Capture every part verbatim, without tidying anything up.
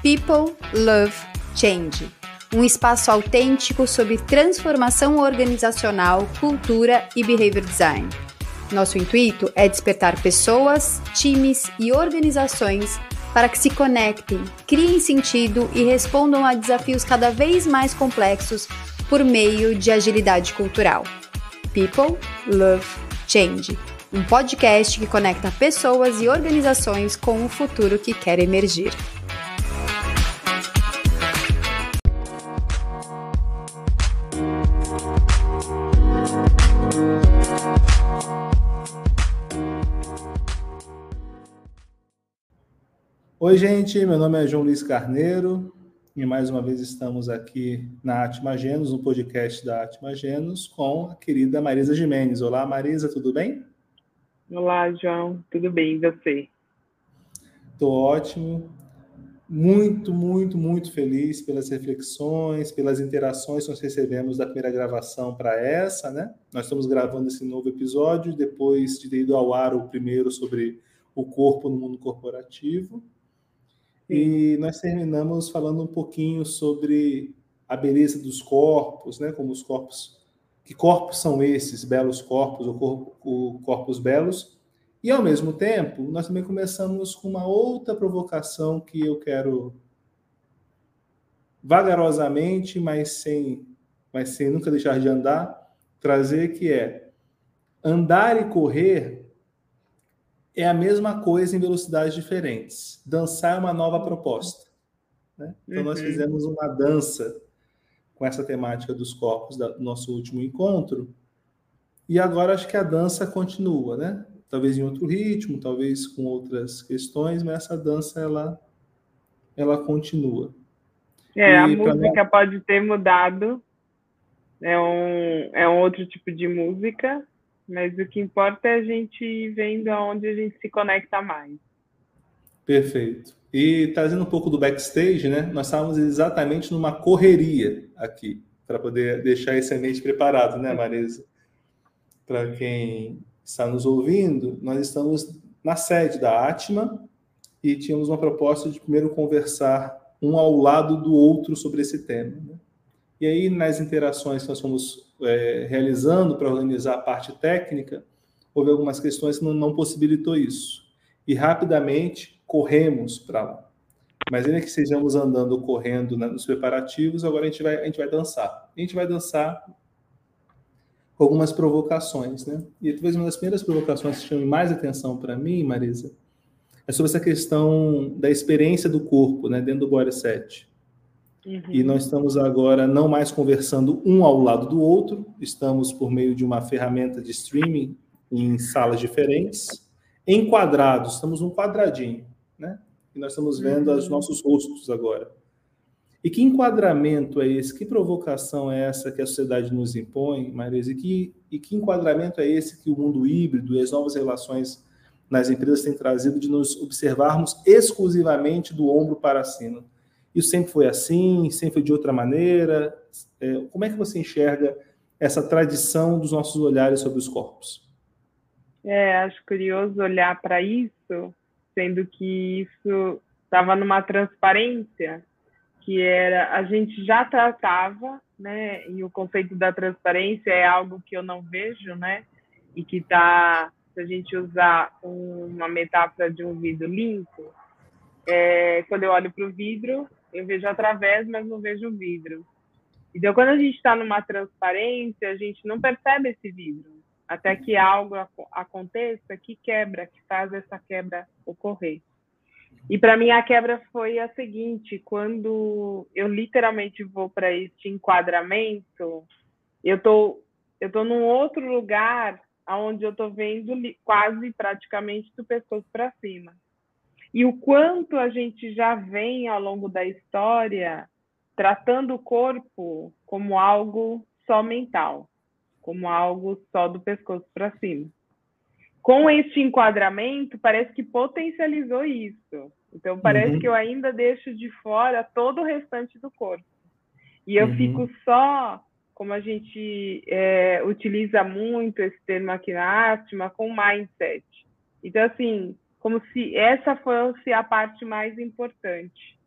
People, Love, Change. Um espaço autêntico sobre transformação organizacional, cultura e behavior design. Nosso intuito é despertar pessoas, times e organizações para que se conectem, criem sentido e respondam a desafios cada vez mais complexos por meio de agilidade cultural. People, Love, Change. Um podcast que conecta pessoas e organizações com o futuro que quer emergir. Oi, gente, meu nome é João Luiz Carneiro e mais uma vez estamos aqui na Atma Genos, no podcast da Atma Genos, com a querida Marisa Gimenez. Olá, Marisa, tudo bem? Olá, João, tudo bem, e você? Estou ótimo, muito, muito, muito feliz pelas reflexões, pelas interações que nós recebemos da primeira gravação para essa, né? Nós estamos gravando esse novo episódio, depois de ter ido ao ar o primeiro sobre o corpo no mundo corporativo. E nós terminamos falando um pouquinho sobre a beleza dos corpos, né? Como os corpos, que corpos são esses, belos corpos, ou, corpo, ou corpos belos. E, ao mesmo tempo, nós também começamos com uma outra provocação que eu quero vagarosamente, mas sem, mas sem nunca deixar de andar, trazer, que é andar e correr é a mesma coisa em velocidades diferentes. Dançar é uma nova proposta, né? Então, uhum. Nós fizemos uma dança com essa temática dos corpos do nosso último encontro, e agora acho que a dança continua, né? Talvez em outro ritmo, talvez com outras questões, mas essa dança, ela, ela continua. É, e a música nós... pode ter mudado, é um, é um outro tipo de música, mas o que importa é a gente ir vendo aonde a gente se conecta mais. Perfeito. E trazendo um pouco do backstage, né? Nós estávamos exatamente numa correria aqui, para poder deixar esse ambiente preparado, né, Marisa? Para quem está nos ouvindo, nós estamos na sede da Atma e tínhamos uma proposta de primeiro conversar um ao lado do outro sobre esse tema, né? E aí, nas interações que nós fomos é, realizando para organizar a parte técnica, houve algumas questões que não, não possibilitou isso. E rapidamente corremos para lá. Mas ainda que estejamos andando, correndo, né, nos preparativos, agora a gente vai, a gente vai dançar. A gente vai dançar com algumas provocações, né? E talvez uma das primeiras provocações que chame mais atenção para mim, Marisa, é sobre essa questão da experiência do corpo, né, dentro do Body Set. Uhum. E nós estamos agora não mais conversando um ao lado do outro, estamos por meio de uma ferramenta de streaming em salas diferentes, enquadrados, estamos num quadradinho, né? E nós estamos vendo uhum. os nossos rostos agora. E que enquadramento é esse? Que provocação é essa que a sociedade nos impõe, Marisa? E que, e que enquadramento é esse que o mundo híbrido e as novas relações nas empresas têm trazido de nos observarmos exclusivamente do ombro para cima? Isso sempre foi assim? Sempre foi de outra maneira? É, como é que você enxerga essa tradição dos nossos olhares sobre os corpos? É, acho curioso olhar para isso, sendo que isso estava numa transparência, que era, a gente já tratava, né, e o conceito da transparência é algo que eu não vejo, né, e que está, se a gente usar uma metáfora de um vidro limpo, é, quando eu olho para o vidro, eu vejo através, mas não vejo o vidro. Então, quando a gente está numa transparência, a gente não percebe esse vidro, até que algo aconteça que quebra, que faz essa quebra ocorrer. E para mim a quebra foi a seguinte: quando eu literalmente vou para este enquadramento, eu tô eu tô num outro lugar onde eu tô vendo quase praticamente do pescoço para cima. E o quanto a gente já vem ao longo da história tratando o corpo como algo só mental, como algo só do pescoço para cima. Com este enquadramento, parece que potencializou isso. Então, parece uhum. que eu ainda deixo de fora todo o restante do corpo. E eu uhum. fico só, como a gente é, utiliza muito esse termo aqui na Atma, com mindset. Então, assim, como se essa fosse a parte mais importante.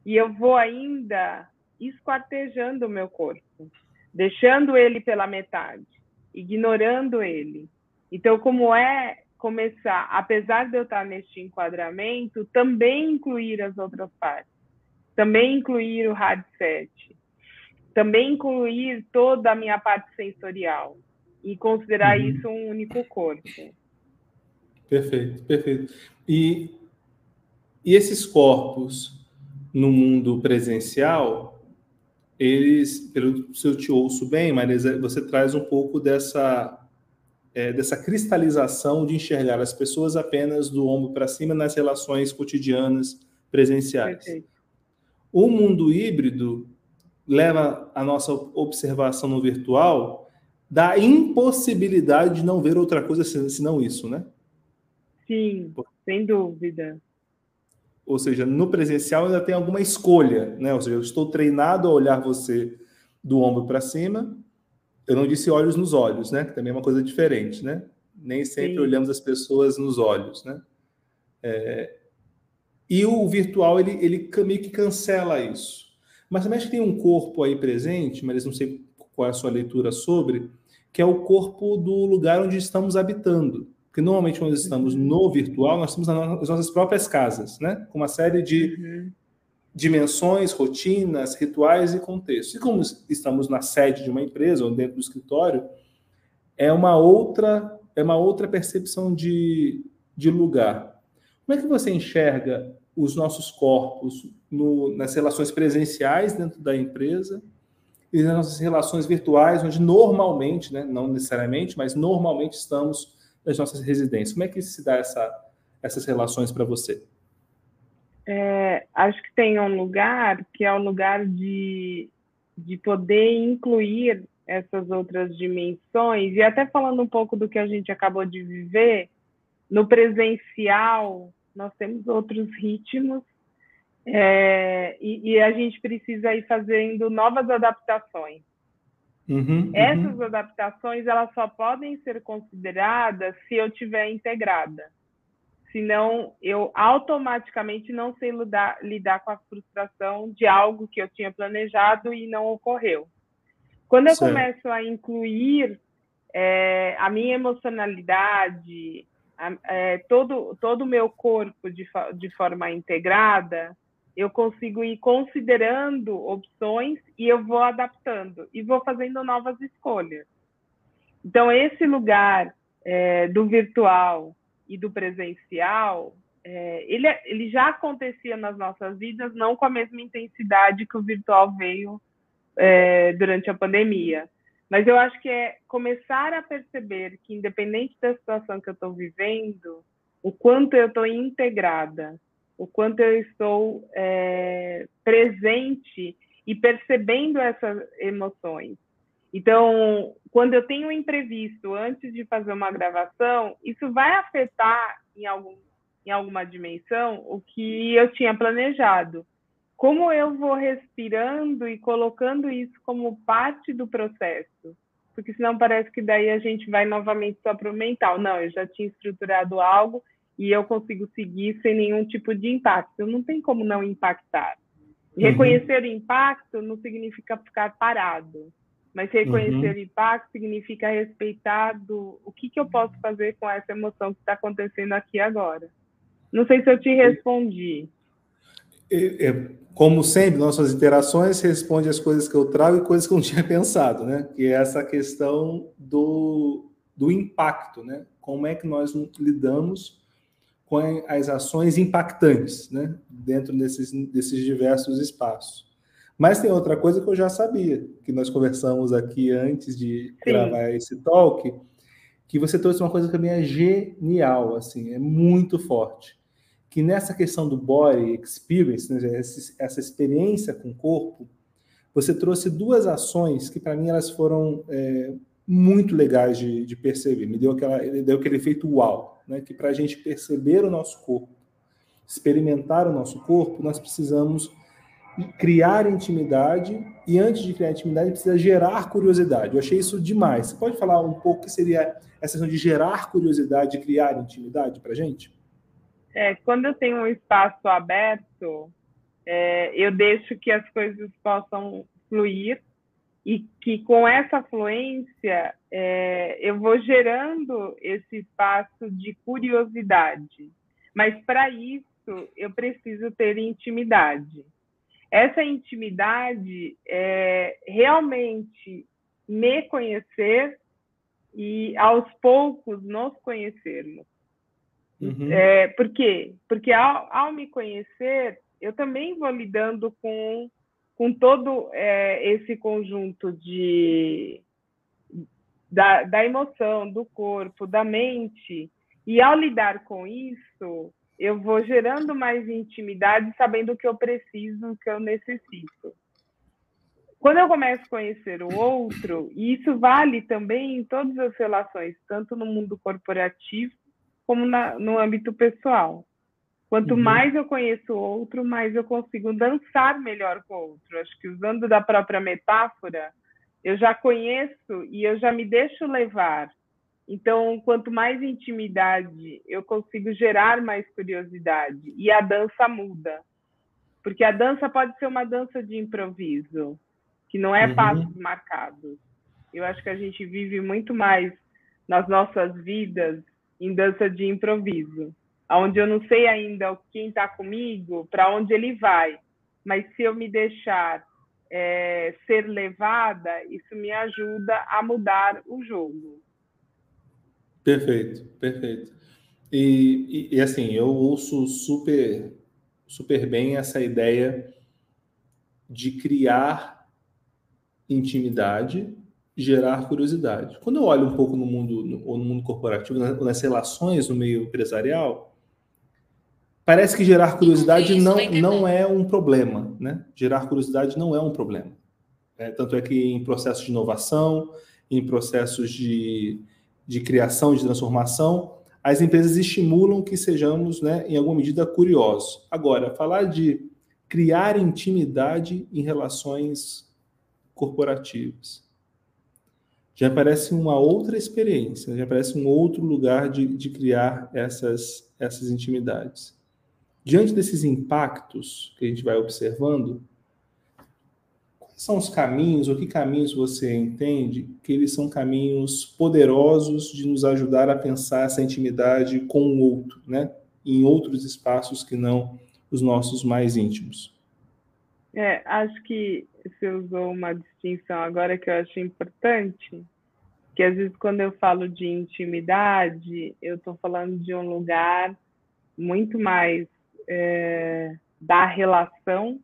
e eu vou ainda esquartejando o meu corpo, deixando ele pela metade, ignorando ele. Então, como é começar, apesar de eu estar neste enquadramento, também incluir as outras partes, também incluir o headset, também incluir toda a minha parte sensorial e considerar uhum. isso um único corpo. Perfeito, perfeito. E, e esses corpos no mundo presencial, eles, pelo se eu te ouço bem, Marisa, você traz um pouco dessa, é, dessa cristalização de enxergar as pessoas apenas do ombro para cima nas relações cotidianas presenciais. Perfeito. O mundo híbrido leva a nossa observação no virtual da impossibilidade de não ver outra coisa senão isso, né? Sim, sem dúvida. Ou seja, no presencial ainda tem alguma escolha, né? Ou seja, eu estou treinado a olhar você do ombro para cima. Eu não disse olhos nos olhos, né? Que também é uma coisa diferente, né? Nem sempre Sim. olhamos as pessoas nos olhos, né? É... E o virtual, ele, ele meio que cancela isso. Mas também acho que tem um corpo aí presente, mas não sei qual é a sua leitura sobre, que é o corpo do lugar onde estamos habitando. Porque normalmente quando estamos no virtual, nós estamos nas nossas próprias casas, né? Com uma série de uhum. dimensões, rotinas, rituais e contextos. E como estamos na sede de uma empresa ou dentro do escritório, é uma outra, é uma outra percepção de, de lugar. Como é que você enxerga os nossos corpos no, nas relações presenciais dentro da empresa e nas nossas relações virtuais, onde normalmente, né, não necessariamente, mas normalmente estamos nas nossas residências? Como é que se dá essa, essas relações para você? É, acho que tem um lugar que é o lugar de, de poder incluir essas outras dimensões, e até falando um pouco do que a gente acabou de viver, no presencial nós temos outros ritmos, é, e, e a gente precisa ir fazendo novas adaptações. Uhum, Essas uhum. adaptações elas só podem ser consideradas se eu estiver integrada. Senão, eu automaticamente não sei lidar, lidar com a frustração de algo que eu tinha planejado e não ocorreu. Quando eu certo. começo a incluir é, a minha emocionalidade, a, é, todo todo o meu corpo de, de forma integrada, eu consigo ir considerando opções e eu vou adaptando e vou fazendo novas escolhas. Então, esse lugar é, do virtual e do presencial, é, ele, ele já acontecia nas nossas vidas, não com a mesma intensidade que o virtual veio é, durante a pandemia. Mas eu acho que é começar a perceber que, independente da situação que eu estou vivendo, o quanto eu estou integrada, o quanto eu estou é, presente e percebendo essas emoções. Então, quando eu tenho um imprevisto antes de fazer uma gravação, isso vai afetar em, algum, em alguma dimensão o que eu tinha planejado. Como eu vou respirando e colocando isso como parte do processo? Porque senão parece que daí a gente vai novamente só para o mental. Não, eu já tinha estruturado algo e eu consigo seguir sem nenhum tipo de impacto. Não tem como não impactar. Reconhecer uhum. o impacto não significa ficar parado. Mas reconhecer uhum. o impacto significa respeitar do, o que, que eu posso fazer com essa emoção que está acontecendo aqui agora. Não sei se eu te respondi. É, é, como sempre, nossas interações responde às coisas que eu trago e coisas que eu não tinha pensado, né? Que é essa questão do, do impacto, né? Como é que nós lidamos com as ações impactantes, né? Dentro desses, desses diversos espaços. Mas tem outra coisa que eu já sabia, que nós conversamos aqui antes de Sim. gravar esse talk, que você trouxe uma coisa que também é genial, assim, é muito forte. Que nessa questão do body experience, né, essa experiência com o corpo, você trouxe duas ações que, para mim, elas foram é, muito legais de, de perceber. Me deu, aquela, deu aquele efeito uau, né, que para a gente perceber o nosso corpo, experimentar o nosso corpo, nós precisamos criar intimidade, e antes de criar intimidade, precisa gerar curiosidade. Eu achei isso demais. Você pode falar um pouco o que seria essa questão de gerar curiosidade e criar intimidade para a gente? É, quando eu tenho um espaço aberto, É, eu deixo que as coisas possam fluir e que com essa fluência é, eu vou gerando esse espaço de curiosidade. Mas para isso eu preciso ter intimidade. Essa intimidade é realmente me conhecer e aos poucos nos conhecermos. Uhum. É, por quê? Porque ao, ao me conhecer, eu também vou lidando com, com todo é, esse conjunto de, da, da emoção, do corpo, da mente. E ao lidar com isso, eu vou gerando mais intimidade, sabendo o que eu preciso, o que eu necessito. Quando eu começo a conhecer o outro, e isso vale também em todas as relações, tanto no mundo corporativo como na, no âmbito pessoal. Quanto uhum. mais eu conheço o outro, mais eu consigo dançar melhor com o outro. Acho que, usando da própria metáfora, eu já conheço e eu já me deixo levar. Então, quanto mais intimidade, eu consigo gerar mais curiosidade. E a dança muda. Porque a dança pode ser uma dança de improviso, que não é uhum. passos marcados. Eu acho que a gente vive muito mais nas nossas vidas em dança de improviso, onde eu não sei ainda quem está comigo, para onde ele vai, mas se eu me deixar é, ser levada, isso me ajuda a mudar o jogo. Perfeito, perfeito. E, e, e assim, eu ouço super, super bem essa ideia de criar intimidade, gerar curiosidade. Quando eu olho um pouco no mundo, no, ou no mundo corporativo, nas, nas relações no meio empresarial, parece que gerar curiosidade não, não é um problema, né? Gerar curiosidade não é um problema. É, tanto é que em processos de inovação, em processos de, de criação, de transformação, as empresas estimulam que sejamos, né, em alguma medida, curiosos. Agora, falar de criar intimidade em relações corporativas já parece uma outra experiência, já parece um outro lugar de, de criar essas, essas intimidades. Diante desses impactos que a gente vai observando, quais são os caminhos, ou que caminhos você entende que eles são caminhos poderosos de nos ajudar a pensar essa intimidade com o outro, né? Em outros espaços que não os nossos mais íntimos? É, acho que você usou uma distinção agora que eu acho importante, que às vezes quando eu falo de intimidade, eu estou falando de um lugar muito mais é, da relação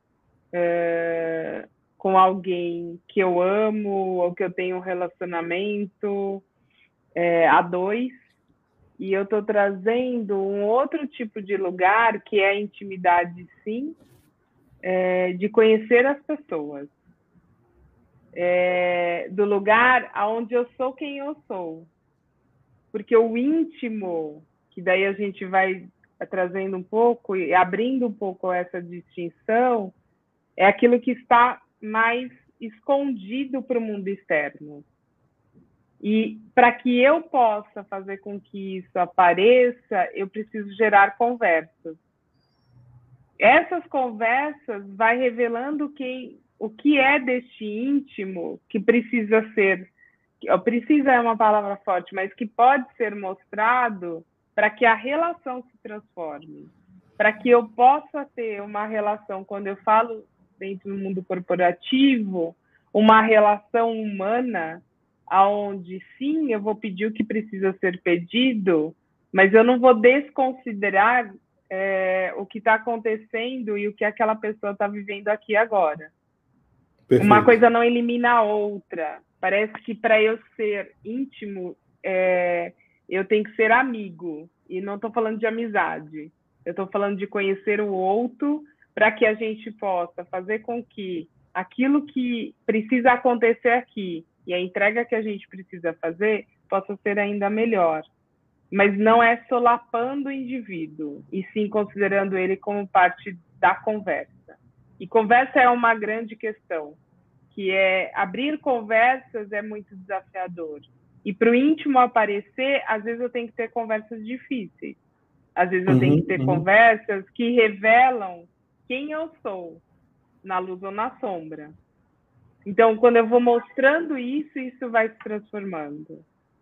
é, com alguém que eu amo ou que eu tenho um relacionamento é, a dois, e eu estou trazendo um outro tipo de lugar que é a intimidade, sim, É, de conhecer as pessoas, é, do lugar onde eu sou quem eu sou, porque o íntimo, que daí a gente vai trazendo um pouco e abrindo um pouco essa distinção, é aquilo que está mais escondido para o mundo externo. E para que eu possa fazer com que isso apareça, eu preciso gerar conversas. Essas conversas vai revelando quem, o que é deste íntimo que precisa ser, precisa é uma palavra forte, mas que pode ser mostrado para que a relação se transforme, para que eu possa ter uma relação, quando eu falo dentro do mundo corporativo, uma relação humana, onde sim, eu vou pedir o que precisa ser pedido, mas eu não vou desconsiderar É, o que está acontecendo e o que aquela pessoa está vivendo aqui agora. Perfeito. Uma coisa não elimina a outra. Parece que para eu ser íntimo, é, eu tenho que ser amigo. E não estou falando de amizade. Eu estou falando de conhecer o outro para que a gente possa fazer com que aquilo que precisa acontecer aqui e a entrega que a gente precisa fazer possa ser ainda melhor. Mas não é solapando o indivíduo, e sim considerando ele como parte da conversa. E conversa é uma grande questão, que é abrir conversas é muito desafiador. E para o íntimo aparecer, às vezes eu tenho que ter conversas difíceis. Às vezes eu uhum, tenho que ter uhum. conversas que revelam quem eu sou, na luz ou na sombra. Então, quando eu vou mostrando isso, isso vai se transformando.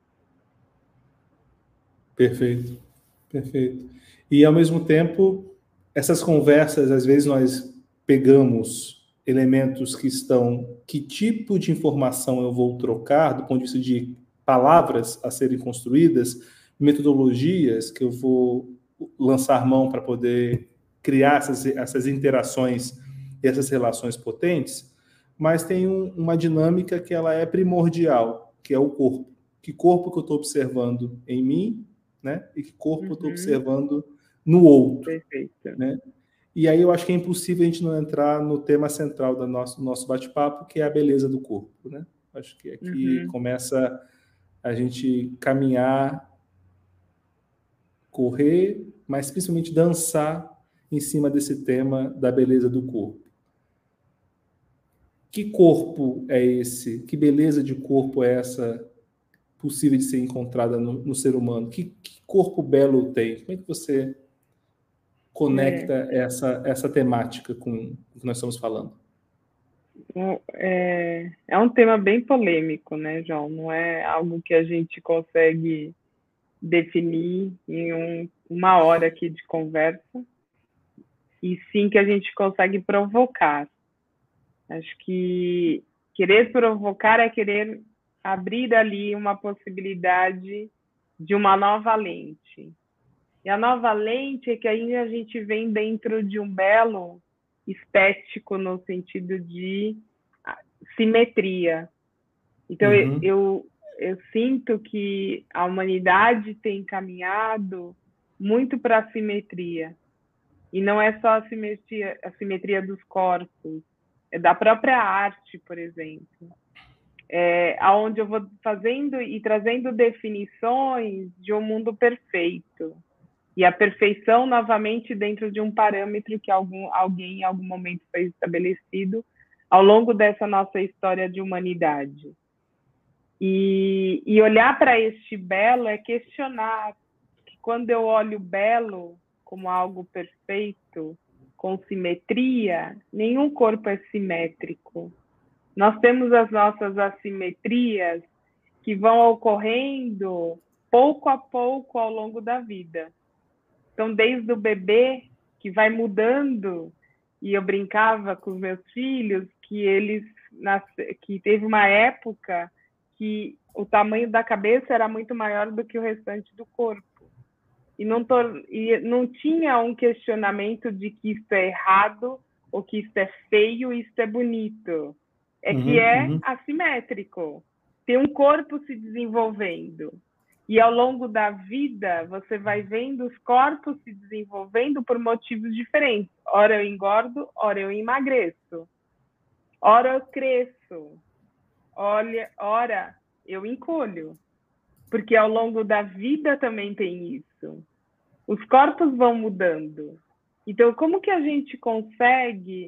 Perfeito, perfeito. E, ao mesmo tempo, essas conversas, às vezes nós pegamos elementos que estão... Que tipo de informação eu vou trocar, do ponto de vista de palavras a serem construídas, metodologias que eu vou lançar mão para poder criar essas, essas interações e essas relações potentes, mas tem um, uma dinâmica que ela é primordial, que é o corpo. Que corpo que eu estou observando em mim, né? E que corpo uhum. eu estou observando no outro. Perfeito. Né? E aí eu acho que é impossível a gente não entrar no tema central do nosso, nosso bate-papo, que é a beleza do corpo. Né? Acho que aqui uhum. começa a gente caminhar, correr, mas principalmente dançar em cima desse tema da beleza do corpo. Que corpo é esse? Que beleza de corpo é essa possível de ser encontrada no, no ser humano? Que, que corpo belo tem? Como é que você conecta é. essa, essa temática com o que nós estamos falando? É, é um tema bem polêmico, né, João? Não é algo que a gente consegue definir em um, uma hora aqui de conversa, e sim que a gente consegue provocar. Acho que querer provocar é querer abrir ali uma possibilidade de uma nova lente. E a nova lente é que aí a gente vem dentro de um belo estético no sentido de simetria. Então, uhum. eu, eu, eu sinto que a humanidade tem caminhado muito para a simetria. E não é só a simetria, a simetria dos corpos, é da própria arte, por exemplo. É, onde eu vou fazendo e trazendo definições de um mundo perfeito. E a perfeição, novamente, dentro de um parâmetro que algum, alguém, em algum momento, foi estabelecido ao longo dessa nossa história de humanidade. E, e olhar para este belo é questionar que, quando eu olho o belo como algo perfeito, com simetria, nenhum corpo é simétrico. Nós temos as nossas assimetrias que vão ocorrendo pouco a pouco ao longo da vida. Então, desde o bebê, que vai mudando, e eu brincava com os meus filhos, que eles nasce... que teve uma época que o tamanho da cabeça era muito maior do que o restante do corpo. E não, tô... e não tinha um questionamento de que isso é errado, ou que isso é feio, isso é bonito. É uhum, que é uhum. assimétrico. Tem um corpo se desenvolvendo. E ao longo da vida, você vai vendo os corpos se desenvolvendo por motivos diferentes. Ora eu engordo, ora eu emagreço. Ora eu cresço. Olha, ora eu encolho. Porque ao longo da vida também tem isso. Os corpos vão mudando. Então, como que a gente consegue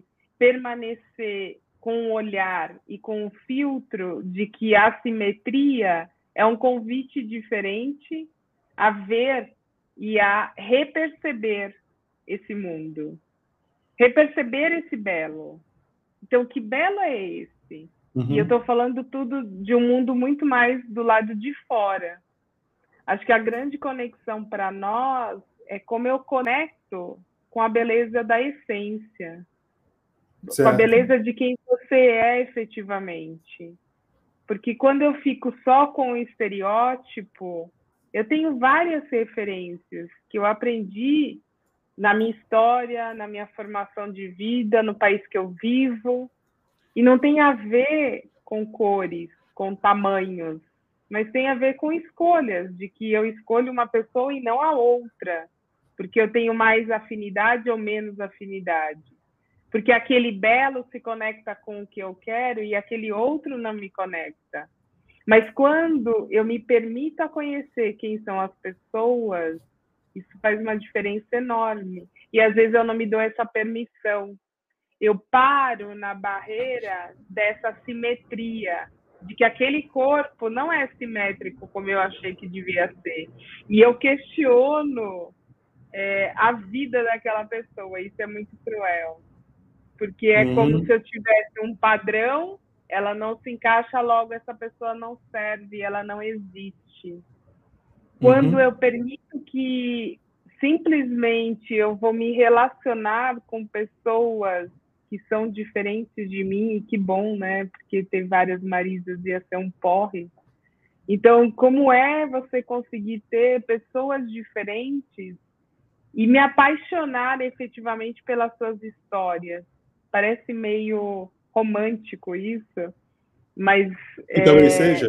permanecer com um olhar e com um filtro de que a simetria é um convite diferente a ver e a reperceber esse mundo. Reperceber esse belo. Então, que belo é esse? Uhum. E eu estou falando tudo de um mundo muito mais do lado de fora. Acho que a grande conexão para nós é como eu conecto com a beleza da essência. Certo. Com a beleza de quem você é efetivamente. Porque quando eu fico só com o estereótipo, eu tenho várias referências que eu aprendi na minha história, na minha formação de vida, no país que eu vivo, e não tem a ver com cores, com tamanhos, mas tem a ver com escolhas, de que eu escolho uma pessoa e não a outra, porque eu tenho mais afinidade ou menos afinidade. Porque aquele belo se conecta com o que eu quero e aquele outro não me conecta. Mas quando eu me permito a conhecer quem são as pessoas, isso faz uma diferença enorme. E às vezes eu não me dou essa permissão. Eu paro na barreira dessa simetria, de que aquele corpo não é simétrico como eu achei que devia ser. E eu questiono é, a vida daquela pessoa. Isso é muito cruel. porque é Uhum. como se eu tivesse um padrão, ela não se encaixa, logo essa pessoa não serve, ela não existe. Quando Uhum. eu permito que simplesmente eu vou me relacionar com pessoas que são diferentes de mim, e que bom, né? Porque ter várias Marisas ia ser um porre. Então, como é você conseguir ter pessoas diferentes e me apaixonar efetivamente pelas suas histórias? Parece meio romântico isso, mas... E talvez é... seja.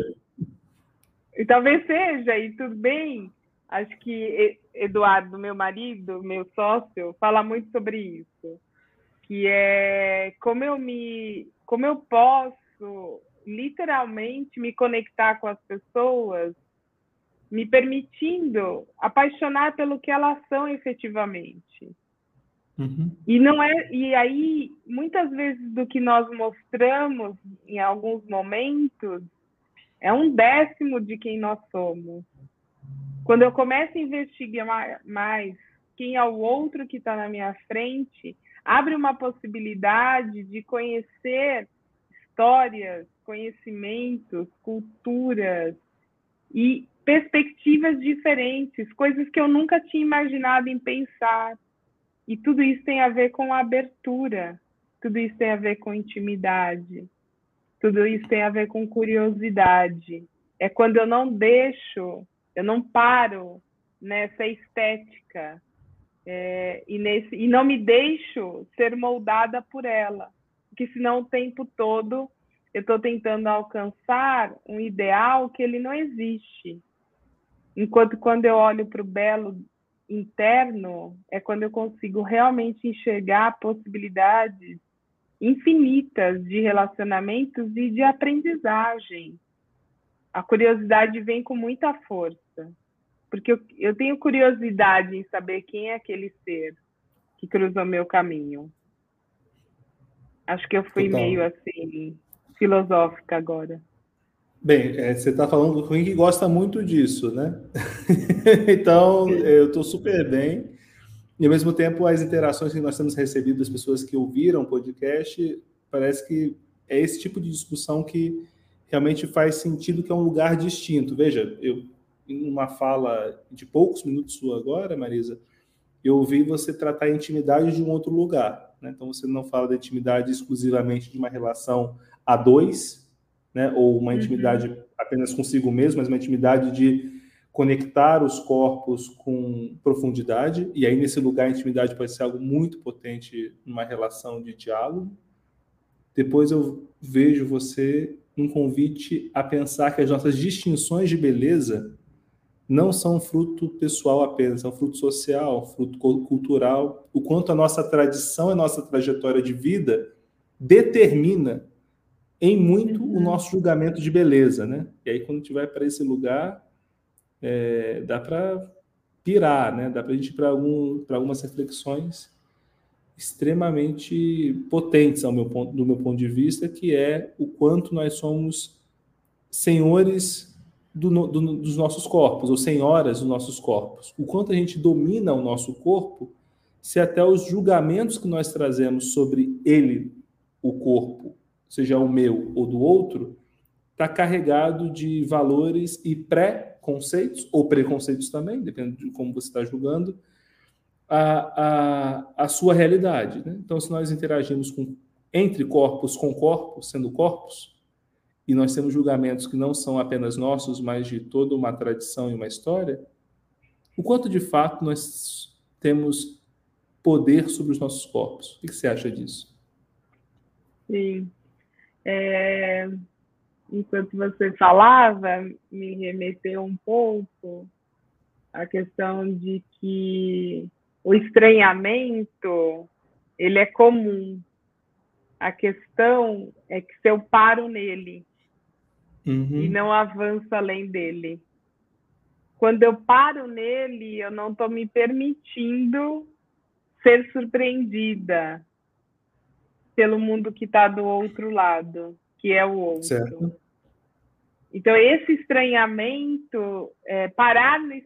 E talvez seja, e tudo bem. Acho que Eduardo, meu marido, meu sócio, fala muito sobre isso, que é como eu me, como eu posso literalmente me conectar com as pessoas, me permitindo apaixonar pelo que elas são efetivamente. Uhum. E não é, e aí muitas vezes do que nós mostramos em alguns momentos é um décimo de quem nós somos. Quando eu começo a investigar mais quem é o outro que está na minha frente, abre uma possibilidade de conhecer histórias, conhecimentos, culturas e perspectivas diferentes, coisas que eu nunca tinha imaginado em pensar. E tudo isso tem a ver com abertura, tudo isso tem a ver com intimidade, tudo isso tem a ver com curiosidade. É quando eu não deixo, eu não paro nessa estética é, e, nesse, e não me deixo ser moldada por ela. Porque senão o tempo todo eu estou tentando alcançar um ideal que ele não existe. Enquanto quando eu olho para o belo interno, é quando eu consigo realmente enxergar possibilidades infinitas de relacionamentos e de aprendizagem. A curiosidade vem com muita força, porque eu, eu tenho curiosidade em saber quem é aquele ser que cruzou meu caminho. Acho que eu fui Total. meio assim, filosófica agora. Bem, é, você está falando com alguém que gosta muito disso, né? Então, eu estou super bem. E, ao mesmo tempo, as interações que nós temos recebido das pessoas que ouviram o podcast, parece que é esse tipo de discussão que realmente faz sentido, que é um lugar distinto. Veja, eu, em uma fala de poucos minutos sua agora, Marisa, eu ouvi você tratar a intimidade de um outro lugar, né? Então, você não fala da intimidade exclusivamente de uma relação a dois, né? Ou uma intimidade uhum. apenas consigo mesmo, mas uma intimidade de conectar os corpos com profundidade, e aí nesse lugar a intimidade pode ser algo muito potente numa relação de diálogo. Depois eu vejo você num convite a pensar que as nossas distinções de beleza não são fruto pessoal apenas, são fruto social, fruto cultural, o quanto a nossa tradição e a nossa trajetória de vida determina em muito uhum. o nosso julgamento de beleza, né? E aí quando a gente vai para esse lugar, É, dá para pirar, né? Dá para a gente ir para algum, para algumas reflexões extremamente potentes ao meu ponto, do meu ponto de vista, que é o quanto nós somos senhores do, do, dos nossos corpos, ou senhoras dos nossos corpos. O quanto a gente domina o nosso corpo, se até os julgamentos que nós trazemos sobre ele, o corpo, seja o meu ou do outro, está carregado de valores e pré-conceitos, ou preconceitos também, dependendo de como você está julgando, a, a, a sua realidade. Né? Então, se nós interagimos com, entre corpos com corpos, sendo corpos, e nós temos julgamentos que não são apenas nossos, mas de toda uma tradição e uma história, o quanto de fato nós temos poder sobre os nossos corpos? O que você acha disso? Sim. É... Enquanto você falava, me remeteu um pouco a questão de que o estranhamento, ele é comum. A questão é que se eu paro nele uhum. e não avanço além dele. Quando eu paro nele, eu não estou me permitindo ser surpreendida pelo mundo que está do outro lado, que é o outro. Certo. Então, esse estranhamento, é, parar no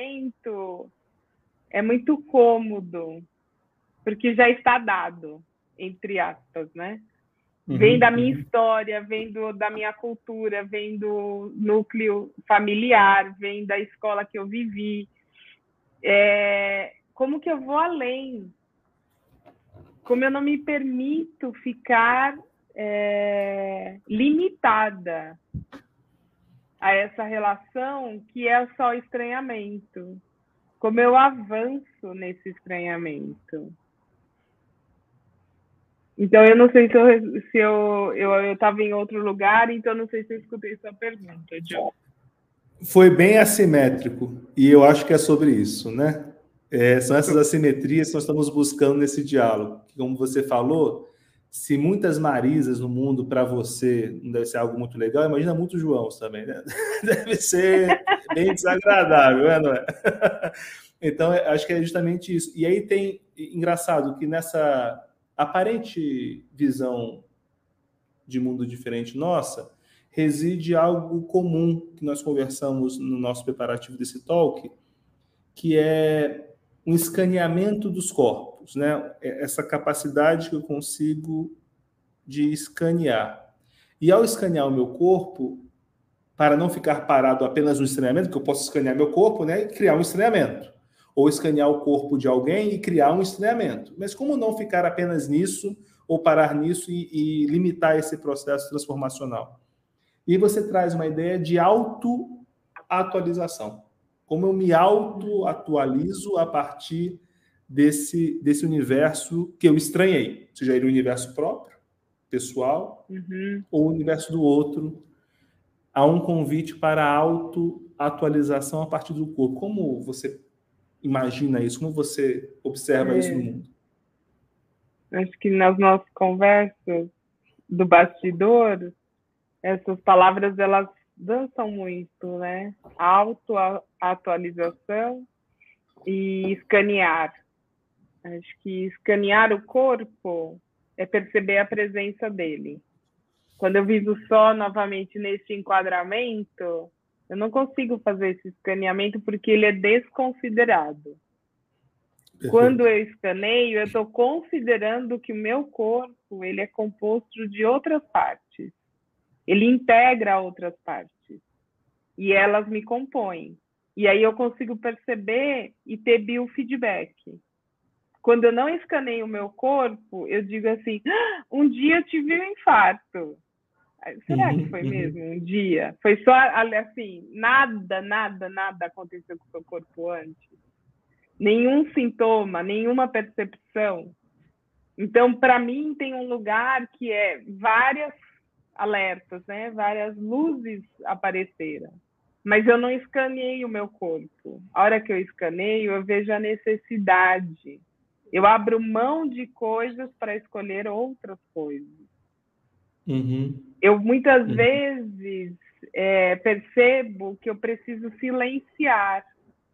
estranhamento é muito cômodo, porque já está dado. entre aspas, né? Uhum, Vem da minha uhum. história, vem do, da minha cultura, vem do núcleo familiar, vem da escola que eu vivi. É, como que eu vou além? Como eu não me permito ficar é, limitada a essa relação que é só estranhamento. Como eu avanço nesse estranhamento. Então, eu não sei se eu se eu eu estava em outro lugar, então não sei se eu escutei sua pergunta, John. Foi bem assimétrico, e eu acho que é sobre isso, né? É, são essas assimetrias que nós estamos buscando nesse diálogo. Como você falou, se muitas Marisas no mundo para você não deve ser algo muito legal, imagina muitos Joãos também, né? Deve ser bem desagradável, né? Não é? Então, acho que é justamente isso. E aí tem, engraçado, que nessa aparente visão de mundo diferente nossa, reside algo comum que nós conversamos no nosso preparativo desse talk, que é um escaneamento dos corpos, né? Essa capacidade que eu consigo de escanear. E ao escanear o meu corpo, para não ficar parado apenas no estranhamento, que eu posso escanear meu corpo, né, e criar um estranhamento, ou escanear o corpo de alguém e criar um estranhamento. Mas como não ficar apenas nisso, ou parar nisso e, e limitar esse processo transformacional? E você traz uma ideia de auto-atualização. Como eu me auto-atualizo a partir desse, desse universo que eu estranhei, seja ele o universo próprio, pessoal, uhum. ou o universo do outro. Há um convite para a auto-atualização a partir do corpo. Como você imagina isso? Como você observa é, isso no mundo? Acho que nas nossas conversas do bastidor, essas palavras, elas dançam muito, né? Auto-atualização e escanear. Acho que escanear o corpo é perceber a presença dele. Quando eu vivo só novamente nesse enquadramento, eu não consigo fazer esse escaneamento porque ele é desconsiderado. Perfeito. Quando eu escaneio, eu estou considerando que o meu corpo ele é composto de outras partes. Ele integra outras partes. E elas me compõem. E aí eu consigo perceber e ter biofeedback. Quando eu não escaneio o meu corpo, eu digo assim, ah, um dia eu tive um infarto. Será uhum, que foi uhum. mesmo um dia? Foi só assim, nada, nada, nada aconteceu com o seu corpo antes. Nenhum sintoma, nenhuma percepção. Então, para mim, tem um lugar que é várias alertas, né? Várias luzes apareceram. Mas eu não escaneei o meu corpo. A hora que eu escaneio, eu vejo a necessidade. Eu abro mão de coisas para escolher outras coisas. Uhum. Eu, muitas uhum. vezes, é, percebo que eu preciso silenciar.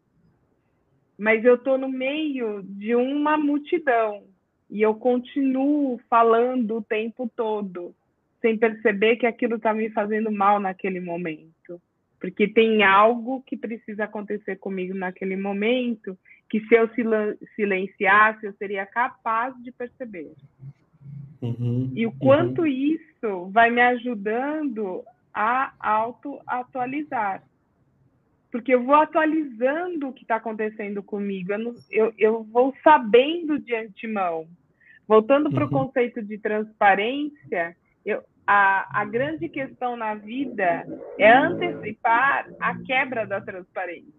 Mas eu estou no meio de uma multidão. E eu continuo falando o tempo todo, sem perceber que aquilo está me fazendo mal naquele momento. Porque tem algo que precisa acontecer comigo naquele momento, que se eu silenciasse, eu seria capaz de perceber. Uhum, e o quanto uhum. isso vai me ajudando a auto-atualizar. Porque eu vou atualizando o que está acontecendo comigo, eu, não, eu, eu vou sabendo de antemão. Voltando para o uhum. conceito de transparência, eu, a, a grande questão na vida é antecipar a quebra da transparência.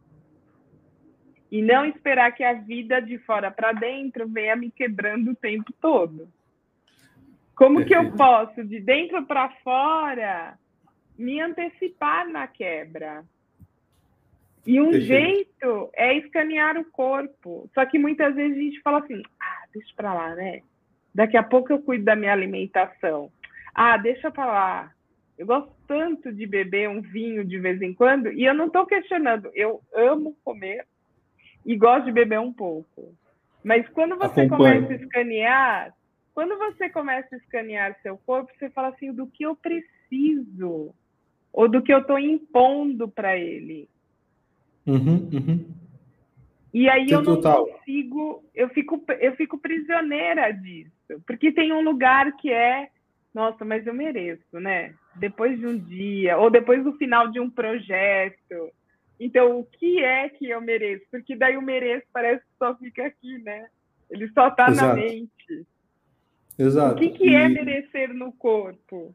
E não esperar que a vida de fora para dentro venha me quebrando o tempo todo. Como Perfeito. Que eu posso, de dentro para fora, me antecipar na quebra? E um Perfeito. Jeito é escanear o corpo. Só que muitas vezes a gente fala assim, ah, deixa para lá, né? Daqui a pouco eu cuido da minha alimentação. Ah, deixa para lá. Eu gosto tanto de beber um vinho de vez em quando, e eu não estou questionando. Eu amo comer e gosto de beber um pouco. Mas quando você Acompanhe. Começa a escanear, quando você começa a escanear seu corpo, você fala assim, do que eu preciso, ou do que eu estou impondo para ele. Uhum, uhum. E aí eu não Total. consigo, eu fico, eu fico prisioneira disso, porque tem um lugar que é, nossa, mas eu mereço, né? Depois de um dia, ou depois do final de um projeto. Então, o que é que eu mereço? Porque daí o mereço parece que só fica aqui, né? Ele só está na Exato. mente. Exato. O que, que E... é merecer no corpo?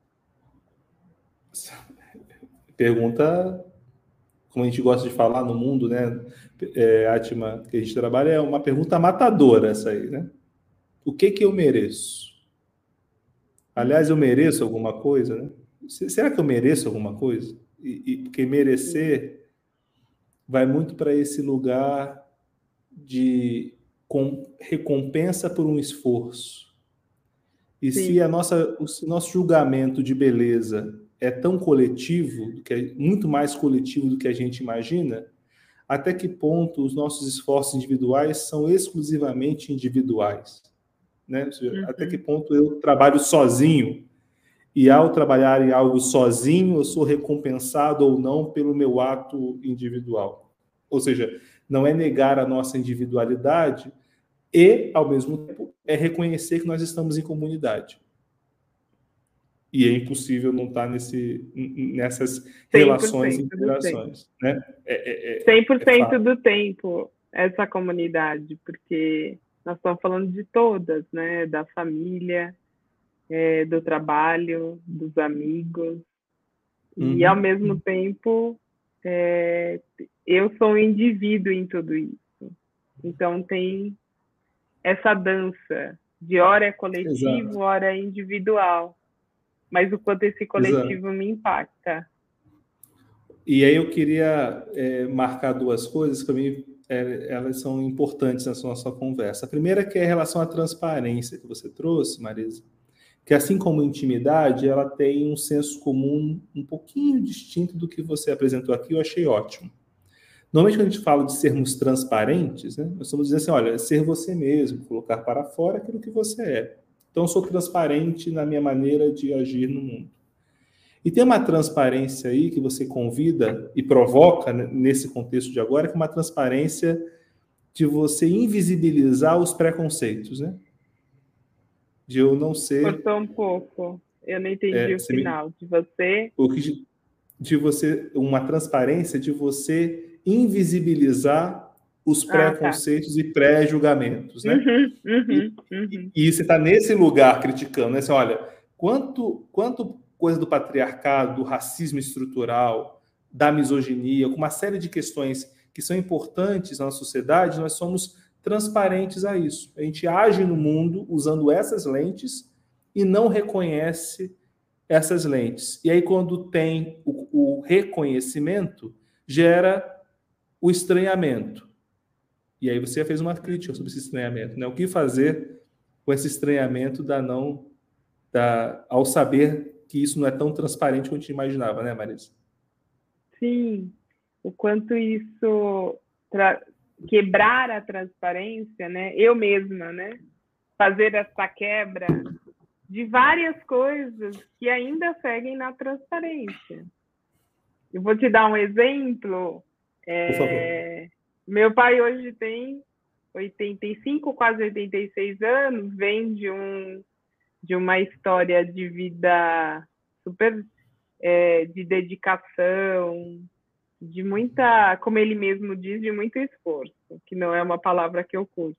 Pergunta, como a gente gosta de falar no mundo, né, é, Atma, que a gente trabalha, é uma pergunta matadora essa aí, né? O que que eu mereço? Aliás, eu mereço alguma coisa, né? Será que eu mereço alguma coisa? E, e porque merecer vai muito para esse lugar de com, recompensa por um esforço. E Sim. se a nossa, o nosso julgamento de beleza é tão coletivo, do que é, muito mais coletivo do que a gente imagina, até que ponto os nossos esforços individuais são exclusivamente individuais? Né? Ou seja, Uhum. Até que ponto eu trabalho sozinho e, ao trabalhar em algo sozinho, eu sou recompensado ou não pelo meu ato individual? Ou seja, não é negar a nossa individualidade e, ao mesmo tempo, é reconhecer que nós estamos em comunidade. E é impossível não estar nesse, nessas relações e interações. Né? É, é, é, cem por cento é do tempo, essa comunidade, porque nós estamos falando de todas, né? Da família, é, do trabalho, dos amigos. Uhum. E, ao mesmo tempo, é, eu sou um indivíduo em tudo isso. Então, tem essa dança de hora é coletivo, Exato. hora é individual. Mas o quanto esse coletivo Exato. me impacta. E aí eu queria é, marcar duas coisas que para mim é, elas são importantes nessa nossa conversa. A primeira que é em relação à transparência que você trouxe, Marisa, que assim como intimidade, ela tem um senso comum um pouquinho distinto do que você apresentou aqui, eu achei ótimo. Normalmente, quando a gente fala de sermos transparentes, né, nós estamos dizendo assim, olha, ser você mesmo, colocar para fora aquilo que você é. Então, eu sou transparente na minha maneira de agir no mundo. E tem uma transparência aí que você convida e provoca, né, nesse contexto de agora, que é uma transparência de você invisibilizar os preconceitos, né? De eu não ser... Cortou um pouco. Eu não entendi é, o final. Me... De você... O que, de você... Uma transparência de você invisibilizar os preconceitos ah, tá. e pré-julgamentos, né? Uhum, uhum, e, uhum. e, e você está nesse lugar criticando, né? Assim, olha, quanto, quanto coisa do patriarcado, do racismo estrutural, da misoginia, com uma série de questões que são importantes na nossa sociedade, nós somos transparentes a isso. A gente age no mundo usando essas lentes e não reconhece essas lentes. E aí, quando tem o, o reconhecimento, gera o estranhamento. E aí você fez uma crítica sobre esse estranhamento, né? O que fazer com esse estranhamento da não, da, ao saber que isso não é tão transparente quanto a gente imaginava, né, Marisa? Sim, o quanto isso tra... quebrar a transparência, né? Eu mesma, né? Fazer essa quebra de várias coisas que ainda seguem na transparência. Eu vou te dar um exemplo. É... Por favor. Meu pai hoje tem oitenta e cinco, quase oitenta e seis anos, vem de, um, de uma história de vida super é, de dedicação, de muita, como ele mesmo diz, de muito esforço, que não é uma palavra que eu curto.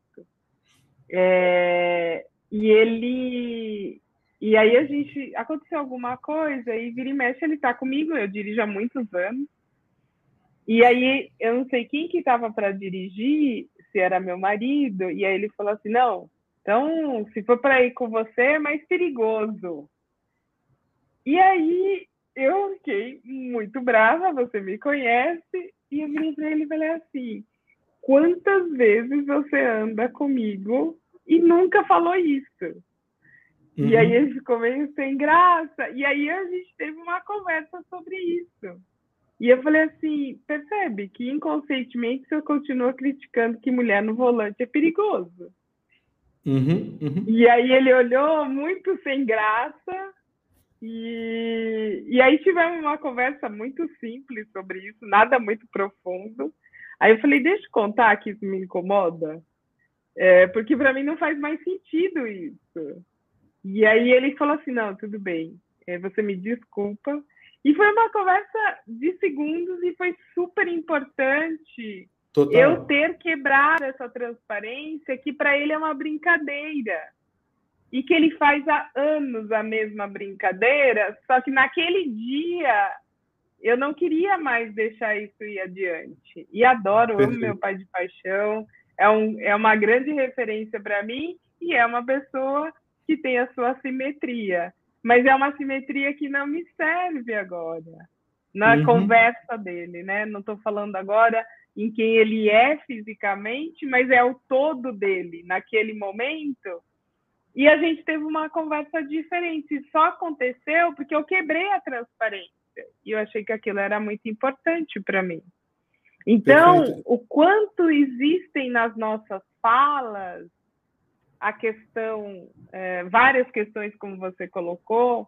É, e ele... E aí a gente... Aconteceu alguma coisa e vira e mexe, ele está comigo, eu dirijo há muitos anos. E aí, eu não sei quem que estava para dirigir, se era meu marido, e aí ele falou assim, não, então, se for para ir com você, é mais perigoso. E aí, eu fiquei muito brava, você me conhece, e eu virei para ele e falei assim, quantas vezes você anda comigo e nunca falou isso? Uhum. E aí ele ficou meio sem graça, e aí a gente teve uma conversa sobre isso. E eu falei assim, percebe que inconscientemente você continua criticando que mulher no volante é perigoso. Uhum, uhum. E aí ele olhou muito sem graça e, e aí tivemos uma conversa muito simples sobre isso, nada muito profundo. Aí eu falei, deixa eu contar que isso me incomoda, é, porque para mim não faz mais sentido isso. E aí ele falou assim, não, tudo bem, é, você me desculpa. E foi uma conversa de segundos e foi super importante. Total. Eu ter quebrado essa transparência, que para ele é uma brincadeira. E que ele faz há anos a mesma brincadeira, só que naquele dia eu não queria mais deixar isso ir adiante. E adoro, Perfeito. Amo meu pai de paixão, é, um, é uma grande referência para mim e é uma pessoa que tem a sua simetria. Mas é uma simetria que não me serve agora, na uhum. conversa dele, né? Não estou falando agora em quem ele é fisicamente, mas é o todo dele, naquele momento. E a gente teve uma conversa diferente. E só aconteceu porque eu quebrei a transparência. E eu achei que aquilo era muito importante para mim. Então, Perfeito. O quanto existem nas nossas falas a questão, é, várias questões, como você colocou,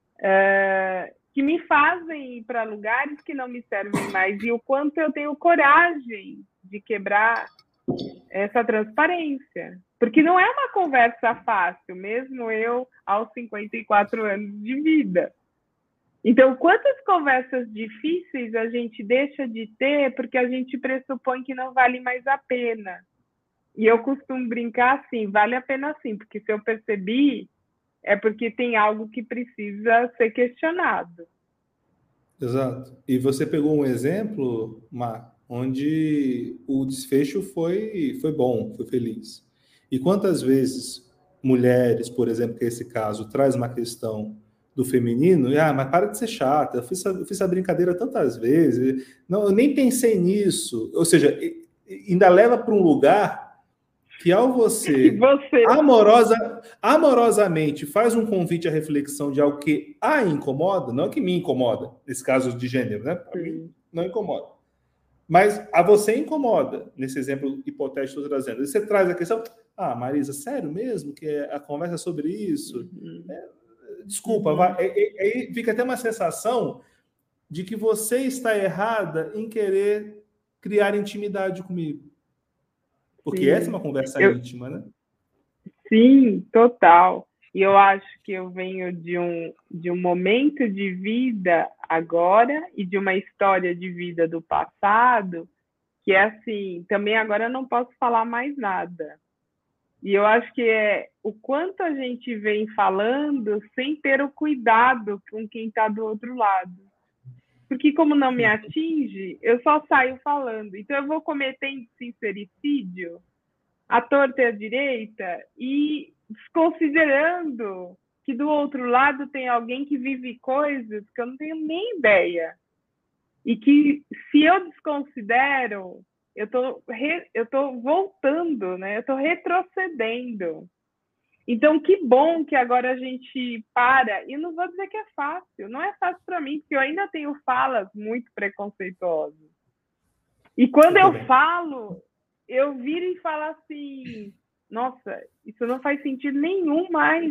é, que me fazem ir para lugares que não me servem mais, e o quanto eu tenho coragem de quebrar essa transparência. Porque não é uma conversa fácil, mesmo eu aos cinquenta e quatro anos de vida. Então, quantas conversas difíceis a gente deixa de ter porque a gente pressupõe que não vale mais a pena. E eu costumo brincar assim, vale a pena sim, porque se eu percebi, é porque tem algo que precisa ser questionado. Exato. E você pegou um exemplo, Mar, onde o desfecho foi, foi bom, foi feliz. E quantas vezes mulheres, por exemplo, que é esse caso, traz uma questão do feminino, e, ah, mas para de ser chata, eu fiz, eu fiz essa brincadeira tantas vezes, não, eu nem pensei nisso. Ou seja, ainda leva para um lugar que ao você, você... Amorosa, amorosamente faz um convite à reflexão de algo que a incomoda, não é que me incomoda, nesse caso de gênero, né? A mim não incomoda. Mas a você incomoda, nesse exemplo hipotético que eu estou trazendo. Você traz a questão, ah, Marisa, sério mesmo que a conversa é sobre isso? Uhum. É, desculpa, uhum. vai, é, é, fica até uma sensação de que você está errada em querer criar intimidade comigo. Porque Sim. essa é uma conversa eu... íntima, né? Sim, total. E eu acho que eu venho de um, de um momento de vida agora e de uma história de vida do passado que é assim, também agora eu não posso falar mais nada. E eu acho que é o quanto a gente vem falando sem ter o cuidado com quem está do outro lado. Porque como não me atinge, eu só saio falando. Então eu vou cometendo sincericídio à torta e à direita e desconsiderando que do outro lado tem alguém que vive coisas que eu não tenho nem ideia. E que se eu desconsidero, eu tô, re, eu tô voltando, né? Eu tô retrocedendo. Então, que bom que agora a gente para. E não vou dizer que é fácil. Não é fácil para mim, porque eu ainda tenho falas muito preconceituosas. E quando eu, eu falo, eu viro e falo assim, nossa, isso não faz sentido nenhum mais.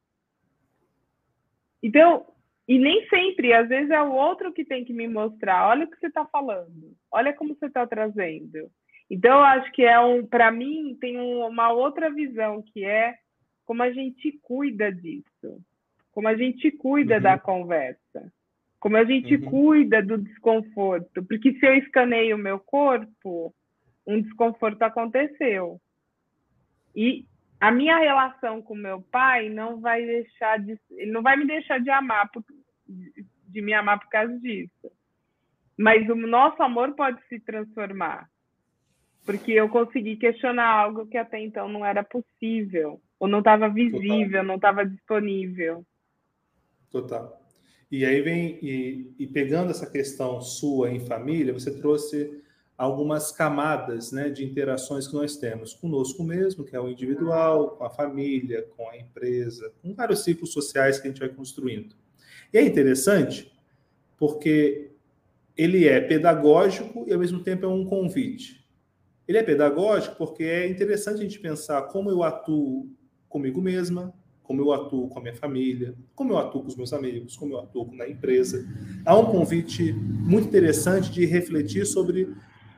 Então, e nem sempre, às vezes é o outro que tem que me mostrar, olha o que você está falando, olha como você está trazendo. Então, eu acho que é um, para mim, tem um, uma outra visão, que é como a gente cuida disso, como a gente cuida uhum. da conversa, como a gente uhum. cuida do desconforto, porque se eu escaneio o meu corpo, um desconforto aconteceu. E a minha relação com meu pai não vai deixar de, ele não vai me deixar de amar, por, de, de me amar por causa disso. Mas o nosso amor pode se transformar, porque eu consegui questionar algo que até então não era possível, ou não estava visível, Total. não estava disponível. Total. E aí vem, e, e pegando essa questão sua em família, você trouxe algumas camadas, né, de interações que nós temos conosco mesmo, que é o individual, com a família, com a empresa, com vários ciclos sociais que a gente vai construindo. E é interessante porque ele é pedagógico e, ao mesmo tempo, é um convite. Ele é pedagógico porque é interessante a gente pensar como eu atuo comigo mesma, como eu atuo com a minha família, como eu atuo com os meus amigos, como eu atuo na empresa. Há um convite muito interessante de refletir sobre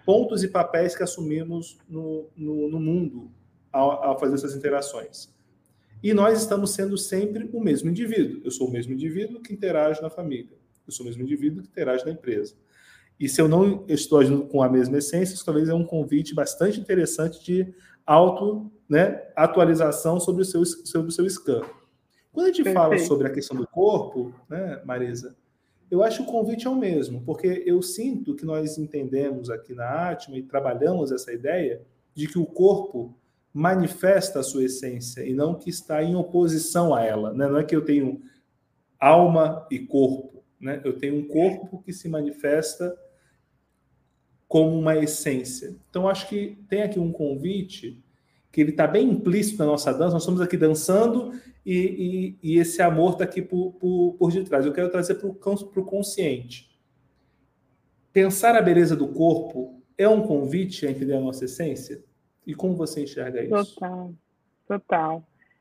pontos e papéis que assumimos no, no, no mundo ao, ao fazer essas interações. E nós estamos sendo sempre o mesmo indivíduo. Eu sou o mesmo indivíduo que interage na família. Eu sou o mesmo indivíduo que interage na empresa. E se eu não estou agindo com a mesma essência, isso talvez é um convite bastante interessante de auto, né, atualização sobre o seu, sobre o seu scan. Quando a gente Perfeito. Fala sobre a questão do corpo, né, Marisa, eu acho que o convite é o mesmo, porque eu sinto que nós entendemos aqui na Atma e trabalhamos essa ideia de que o corpo manifesta a sua essência e não que está em oposição a ela. Né? Não é que eu tenho alma e corpo, né? Eu tenho um corpo que se manifesta como uma essência. Então, acho que tem aqui um convite que ele está bem implícito na nossa dança. Nós estamos aqui dançando e, e, e esse amor está aqui por, por, por detrás. Eu quero trazer para o consciente. Pensar a beleza do corpo é um convite a entender a nossa essência? E como você enxerga isso? Total, total.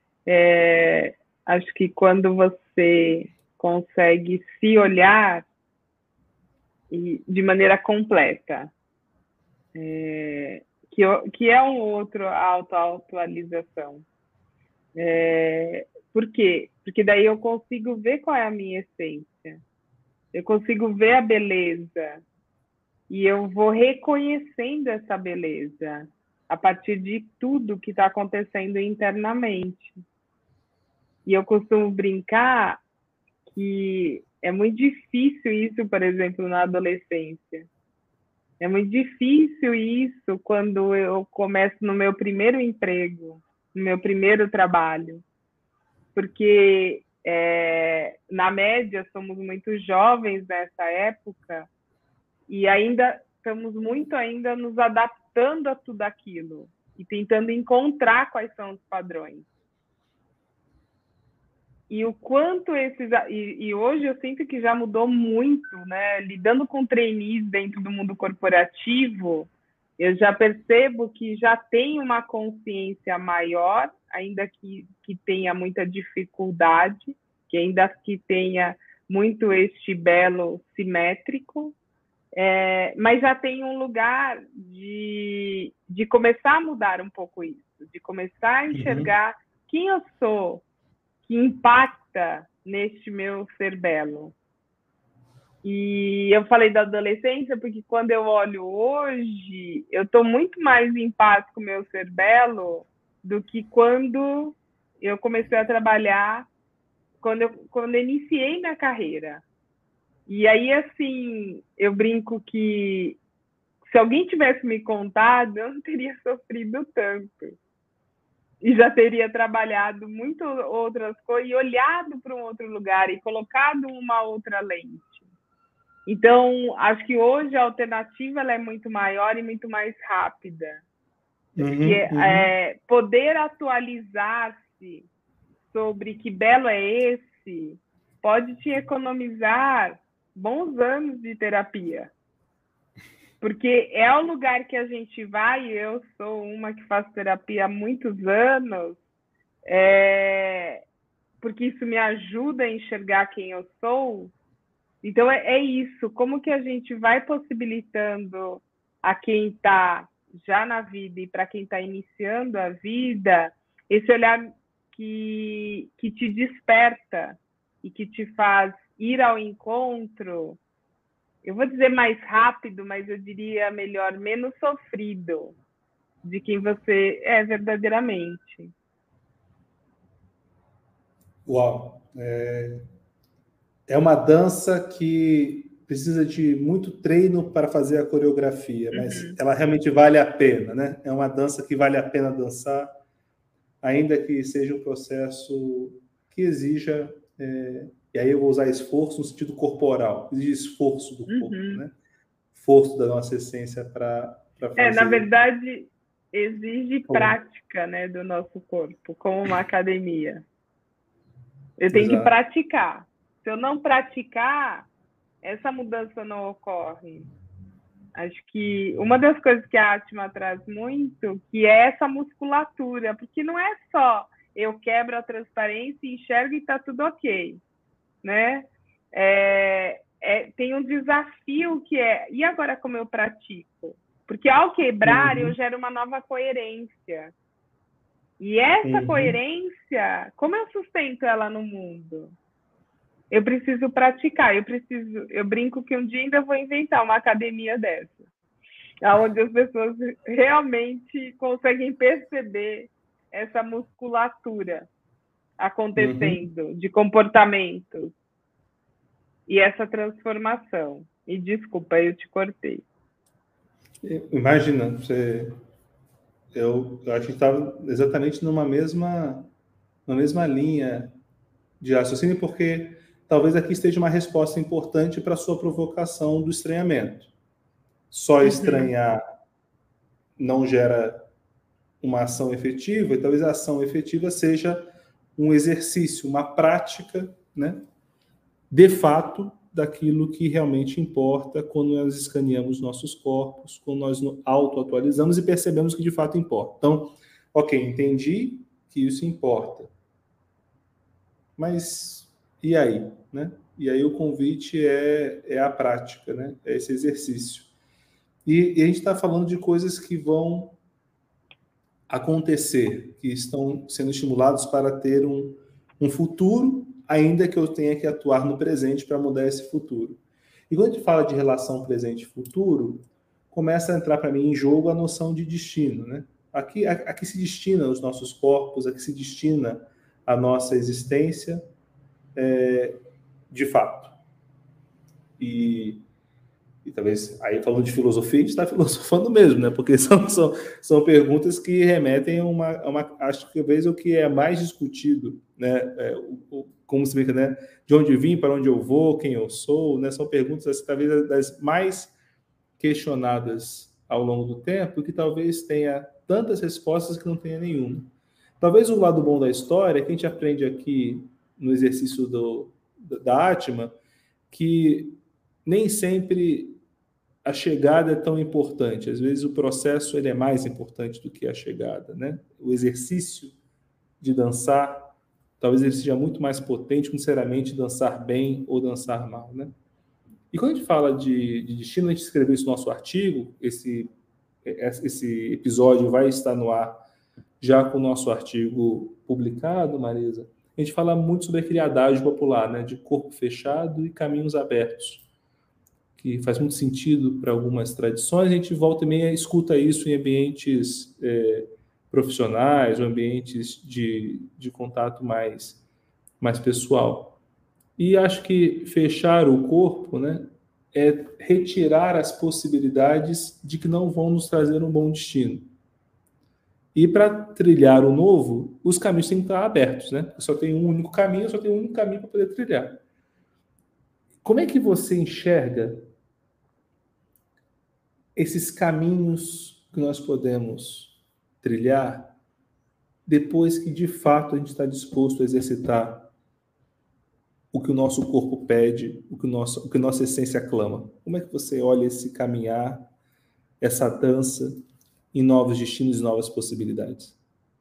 É, acho que quando você consegue se olhar e, de maneira completa, é, que, que é um outro auto-atualização. É, por quê? Porque daí eu consigo ver qual é a minha essência. Eu consigo ver a beleza e eu vou reconhecendo essa beleza a partir de tudo que está acontecendo internamente. E eu costumo brincar que é muito difícil isso, por exemplo, na adolescência. É muito difícil isso quando eu começo no meu primeiro emprego, no meu primeiro trabalho. Porque, é, na média, somos muito jovens nessa época e ainda estamos muito ainda nos adaptando a tudo aquilo e tentando encontrar quais são os padrões. E o quanto esses... E, e hoje eu sinto que já mudou muito, né? Lidando com trainees dentro do mundo corporativo, eu já percebo que já tem uma consciência maior, ainda que, que tenha muita dificuldade, que ainda que tenha muito este belo simétrico, é, mas já tem um lugar de, de começar a mudar um pouco isso, de começar a enxergar uhum. quem eu sou, que impacta neste meu ser belo. E eu falei da adolescência porque quando eu olho hoje, eu estou muito mais em paz com o meu ser belo do que quando eu comecei a trabalhar, quando eu, quando eu iniciei minha carreira. E aí, assim, eu brinco que se alguém tivesse me contado, eu não teria sofrido tanto. E já teria trabalhado muito outras coisas, e olhado para um outro lugar, e colocado uma outra lente. Então, acho que hoje a alternativa ela é muito maior e muito mais rápida. Uhum, porque uhum. É, poder atualizar-se sobre que belo é esse pode te economizar bons anos de terapia. Porque é o lugar que a gente vai, e eu sou uma que faço terapia há muitos anos, é, porque isso me ajuda a enxergar quem eu sou. Então, é, é isso, como que a gente vai possibilitando a quem está já na vida e para quem está iniciando a vida, esse olhar que, que te desperta e que te faz ir ao encontro, eu vou dizer mais rápido, mas eu diria melhor, menos sofrido de quem você é verdadeiramente. Uau! É, é uma dança que precisa de muito treino para fazer a coreografia, mas uhum. ela realmente vale a pena, né? É uma dança que vale a pena dançar, ainda que seja um processo que exija... É, e aí eu vou usar esforço no sentido corporal, exige esforço do corpo, uhum. né? Esforço da nossa essência para fazer... É, na verdade, exige como? prática, né, do nosso corpo, como uma academia. Eu tenho Exato. que praticar. Se eu não praticar, essa mudança não ocorre. Acho que uma das coisas que a Atma traz muito, que é essa musculatura, porque não é só eu quebro a transparência e enxergo e está tudo ok. Né? É, é, tem um desafio que é, e agora como eu pratico? Porque ao quebrar, Uhum. eu gero uma nova coerência. E essa Uhum. coerência, como eu sustento ela no mundo? Eu preciso praticar, eu preciso, eu brinco que um dia ainda vou inventar uma academia dessa, onde as pessoas realmente conseguem perceber essa musculatura acontecendo, Uhum. de comportamento, e essa transformação. E desculpa, eu te cortei. Imagina, você, eu, eu acho que estava exatamente numa mesma, numa mesma linha de raciocínio, porque talvez aqui esteja uma resposta importante para a sua provocação do estranhamento. Só Uhum. estranhar não gera uma ação efetiva, e talvez a ação efetiva seja um exercício, uma prática, né, de fato, daquilo que realmente importa quando nós escaneamos nossos corpos, quando nós auto-atualizamos e percebemos que de fato importa. Então, ok, entendi que isso importa. Mas e aí, né? E aí o convite é, é a prática, né? É esse exercício. E, e a gente está falando de coisas que vão acontecer, que estão sendo estimulados para ter um, um futuro, ainda que eu tenha que atuar no presente para mudar esse futuro. E quando a gente fala de relação presente e futuro, começa a entrar para mim em jogo a noção de destino, né? Aqui, aqui se destina os nossos corpos, aqui se destina a nossa existência, é, de fato. E, e talvez, aí falando de filosofia, a gente está filosofando mesmo, né? Porque são, são, são perguntas que remetem a uma, a uma... Acho que talvez o que é mais discutido, né? É, o, o, como se vê, né? De onde vim, para onde eu vou, quem eu sou, né? São perguntas, talvez, das mais questionadas ao longo do tempo, que talvez tenha tantas respostas que não tenha nenhuma. Talvez o lado bom da história, que a gente aprende aqui no exercício do, da Atma, que nem sempre a chegada é tão importante. Às vezes o processo ele é mais importante do que a chegada, né? O exercício de dançar, talvez ele seja muito mais potente que, sinceramente, dançar bem ou dançar mal, né? E quando a gente fala de, de destino, a gente escreveu isso no nosso artigo, esse, esse episódio vai estar no ar já com o nosso artigo publicado, Marisa. A gente fala muito sobre aquele adágio popular, né, de corpo fechado e caminhos abertos, que faz muito sentido para algumas tradições. A gente volta e meia escuta isso em ambientes é, profissionais ou ambientes de, de contato mais, mais pessoal. E acho que fechar o corpo, né, é retirar as possibilidades de que não vão nos trazer um bom destino. E para trilhar o novo, os caminhos têm que estar abertos, né? Só tem um único caminho, só tem um único caminho para poder trilhar. Como é que você enxerga esses caminhos que nós podemos trilhar depois que, de fato, a gente está disposto a exercitar o que o nosso corpo pede, o que, o nosso, o que a nossa essência clama? Como é que você olha esse caminhar, essa dança em novos destinos e novas possibilidades?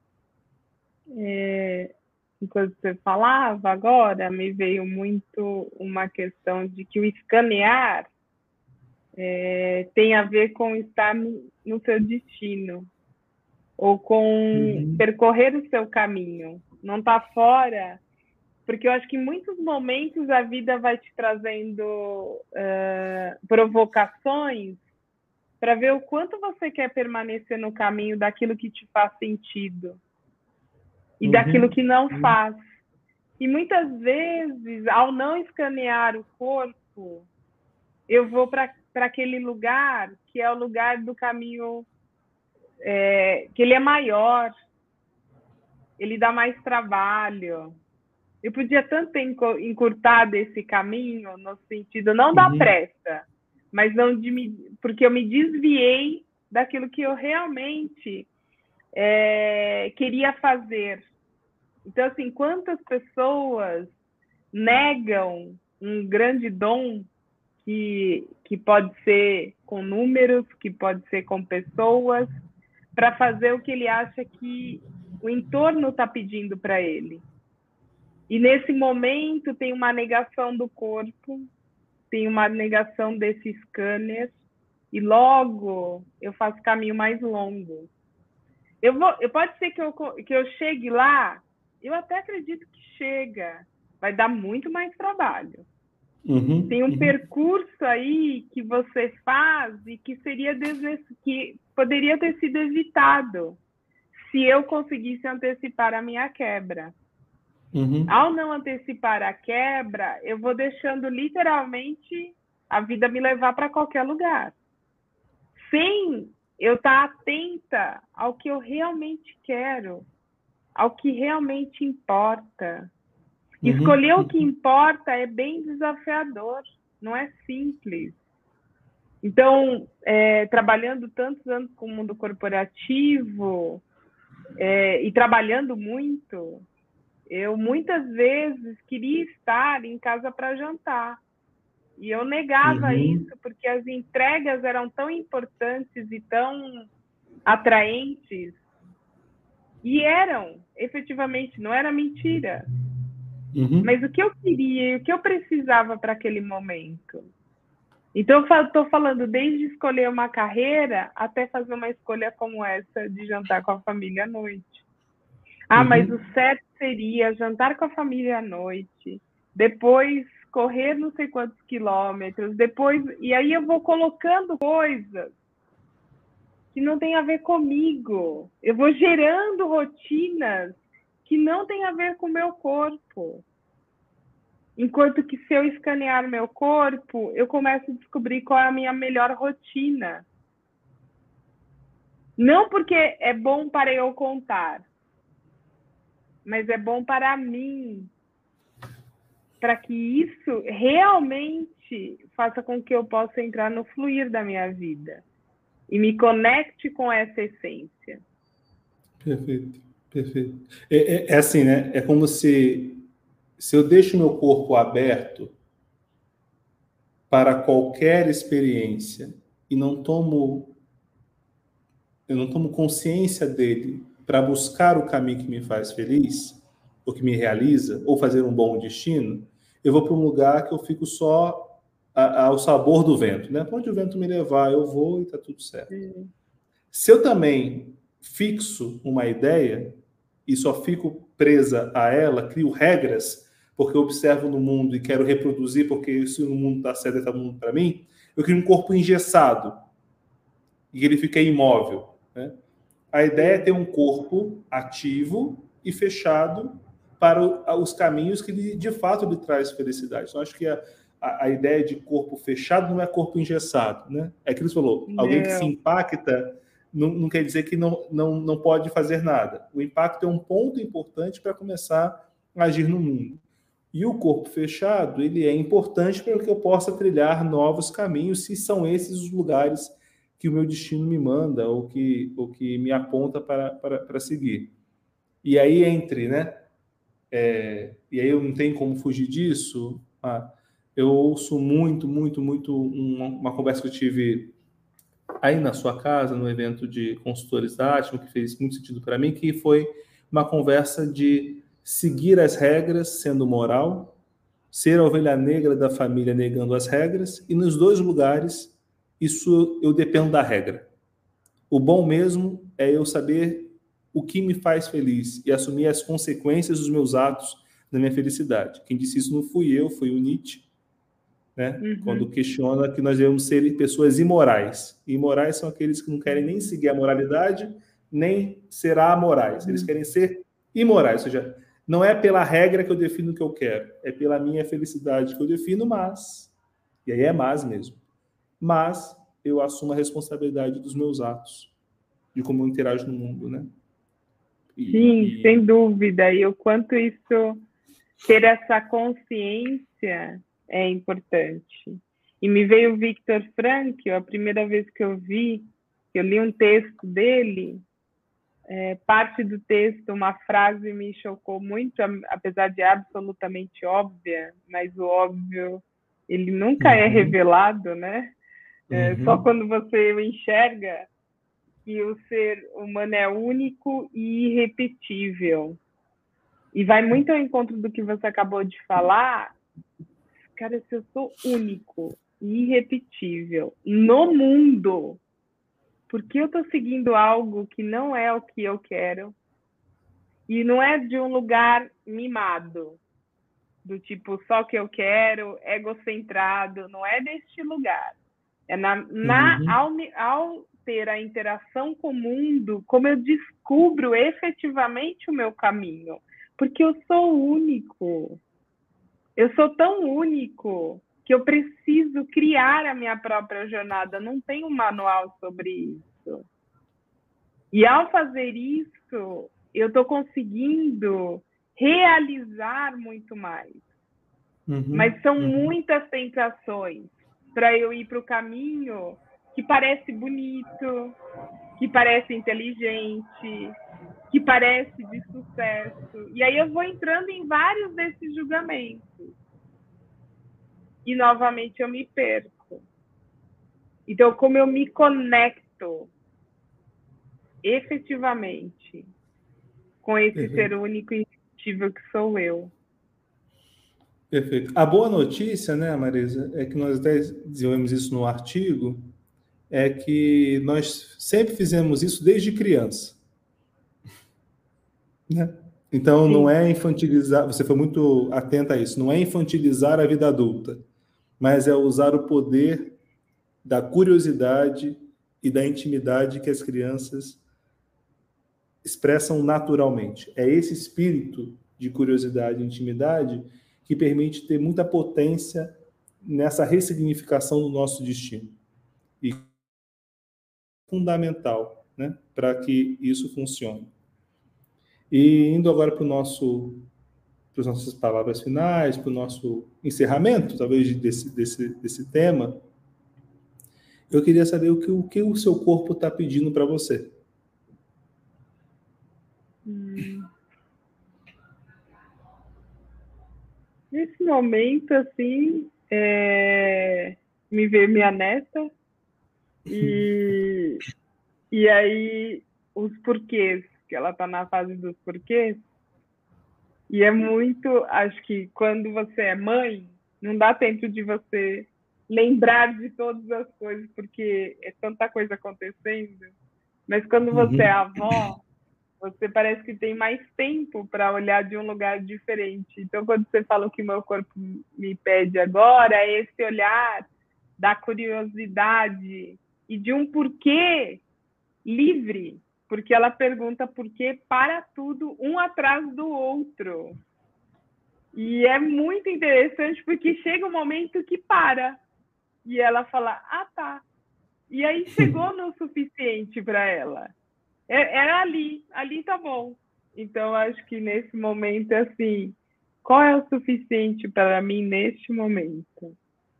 É, enquanto você falava agora, me veio muito uma questão de que o escanear é, tem a ver com estar no, no seu destino, ou com uhum. percorrer o seu caminho. Não está fora, porque eu acho que em muitos momentos a vida vai te trazendo uh, provocações para ver o quanto você quer permanecer no caminho daquilo que te faz sentido e uhum. daquilo que não uhum. faz. E muitas vezes, ao não escanear o corpo, eu vou para aquele lugar que é o lugar do caminho, é, que ele é maior, ele dá mais trabalho. Eu podia tanto ter encurtado esse caminho, no sentido, não uhum. da pressa, mas não de me, porque eu me desviei daquilo que eu realmente é, queria fazer. Então, assim, quantas pessoas negam um grande dom que, que pode ser com números, que pode ser com pessoas, para fazer o que ele acha que o entorno está pedindo para ele. E nesse momento tem uma negação do corpo, tem uma negação desse scanner, e logo eu faço caminho mais longo. Eu vou, eu, pode ser que eu, que eu chegue lá, eu até acredito que chega, vai dar muito mais trabalho. Uhum, Tem um uhum. percurso aí que você faz e que seria desnec... que poderia ter sido evitado se eu conseguisse antecipar a minha quebra. Uhum. Ao não antecipar a quebra, eu vou deixando literalmente a vida me levar para qualquer lugar. Sem eu estar atenta ao que eu realmente quero, ao que realmente importa. Uhum. Escolher o que importa é bem desafiador, não é simples. Então, é, trabalhando tantos anos com o mundo corporativo é, e trabalhando muito, eu muitas vezes queria estar em casa para jantar. E eu negava Uhum. isso porque as entregas eram tão importantes e tão atraentes. E eram, efetivamente, não era mentira. Uhum. Mas o que eu queria e o que eu precisava para aquele momento. Então, eu estou falando desde escolher uma carreira até fazer uma escolha como essa de jantar com a família à noite. Ah, Uhum. mas o certo seria jantar com a família à noite, depois correr não sei quantos quilômetros, depois... E aí eu vou colocando coisas que não tem a ver comigo. Eu vou gerando rotinas que não tem a ver com o meu corpo. Enquanto que se eu escanear meu corpo, eu começo a descobrir qual é a minha melhor rotina. Não porque é bom para eu contar, mas é bom para mim. Para que isso realmente faça com que eu possa entrar no fluir da minha vida. E me conecte com essa essência. Perfeito, perfeito. É, é, é assim, né? É como se, se eu deixo meu corpo aberto para qualquer experiência e não tomo, eu não tomo consciência dele para buscar o caminho que me faz feliz, ou que me realiza, ou fazer um bom destino, eu vou para um lugar que eu fico só a, ao sabor do vento, né? Para onde o vento me levar, eu vou e está tudo certo. Uhum. Se eu também fixo uma ideia e só fico presa a ela, crio regras, porque eu observo no mundo e quero reproduzir, porque se no mundo está certo, está no mundo para mim, eu crio um corpo engessado e ele fica imóvel, né? A ideia é ter um corpo ativo e fechado para os caminhos que ele, de fato lhe traz felicidade. Então, acho que a, a, a ideia de corpo fechado não é corpo engessado, né? É aquilo que você falou, Não. Alguém que se impacta não, não quer dizer que não, não, não pode fazer nada. O impacto é um ponto importante para começar a agir no mundo. E o corpo fechado, ele é importante para que eu possa trilhar novos caminhos, se são esses os lugares que o meu destino me manda ou que, ou que me aponta para, para, para seguir. E aí entre, né? É, e aí eu não tenho como fugir disso. Ah, eu ouço muito, muito, muito uma, uma conversa que eu tive aí na sua casa, no evento de consultores da Atma, que fez muito sentido para mim, que foi uma conversa de seguir as regras sendo moral, ser a ovelha negra da família negando as regras, e nos dois lugares isso eu dependo da regra. O bom mesmo é eu saber o que me faz feliz e assumir as consequências dos meus atos da minha felicidade. Quem disse isso não fui eu, foi o Nietzsche, né? Uhum. Quando questiona que nós devemos ser pessoas imorais. E imorais são aqueles que não querem nem seguir a moralidade, nem ser amorais. Eles querem ser imorais, ou seja, não é pela regra que eu defino o que eu quero, é pela minha felicidade que eu defino, mas, e aí é mas mesmo, mas eu assumo a responsabilidade dos meus atos, de como eu interajo no mundo, né? E, Sim, e... sem dúvida. E o quanto isso, ter essa consciência é importante. E me veio o Viktor Frankl, a primeira vez que eu vi, que eu li um texto dele, é, parte do texto, uma frase me chocou muito, apesar de absolutamente óbvia, mas o óbvio, ele nunca uhum. é revelado, né? É, uhum. Só quando você enxerga que o ser humano é único e irrepetível. E vai muito ao encontro do que você acabou de falar. Cara, se eu sou único irrepetível no mundo, por que eu estou seguindo algo que não é o que eu quero? E não é de um lugar mimado, do tipo, só que eu quero, egocentrado, não é deste lugar. É na, na, Uhum. ao, ao ter a interação com o mundo, como eu descubro efetivamente o meu caminho. Porque eu sou único. Eu sou tão único que eu preciso criar a minha própria jornada. Não tem um manual sobre isso. E ao fazer isso, eu estou conseguindo realizar muito mais. Uhum. Mas são Uhum. muitas tentações para eu ir para o caminho que parece bonito, que parece inteligente, que parece de sucesso. E aí eu vou entrando em vários desses julgamentos. E novamente eu me perco. Então, como eu me conecto efetivamente com esse Perfeito. ser único e irredutível que sou eu. Perfeito. A boa notícia, né, Marisa, é que nós até desenvolvemos isso no artigo, é que nós sempre fizemos isso desde criança. Né? Então, não é infantilizar, você foi muito atenta a isso, não é infantilizar a vida adulta, mas é usar o poder da curiosidade e da intimidade que as crianças expressam naturalmente. É esse espírito de curiosidade e intimidade que permite ter muita potência nessa ressignificação do nosso destino. E é fundamental, né, para que isso funcione. E indo agora para o nosso, para as nossas palavras finais, para o nosso encerramento, talvez, desse, desse, desse tema, eu queria saber o que o, que o seu corpo está pedindo para você. Hum. Nesse momento, assim, é... me ver minha neta e, e aí os porquês, que ela está na fase dos porquês. E é muito, acho que quando você é mãe, não dá tempo de você lembrar de todas as coisas, porque é tanta coisa acontecendo. Mas quando você é avó, você parece que tem mais tempo para olhar de um lugar diferente. Então, quando você fala o que meu corpo me pede agora, é esse olhar da curiosidade e de um porquê livre, porque ela pergunta porquê para tudo, um atrás do outro. E é muito interessante, porque chega um momento que para. E ela fala, ah, tá. E aí chegou no suficiente para ela. Era ali, ali tá bom. Então, acho que nesse momento, assim, qual é o suficiente para mim neste momento?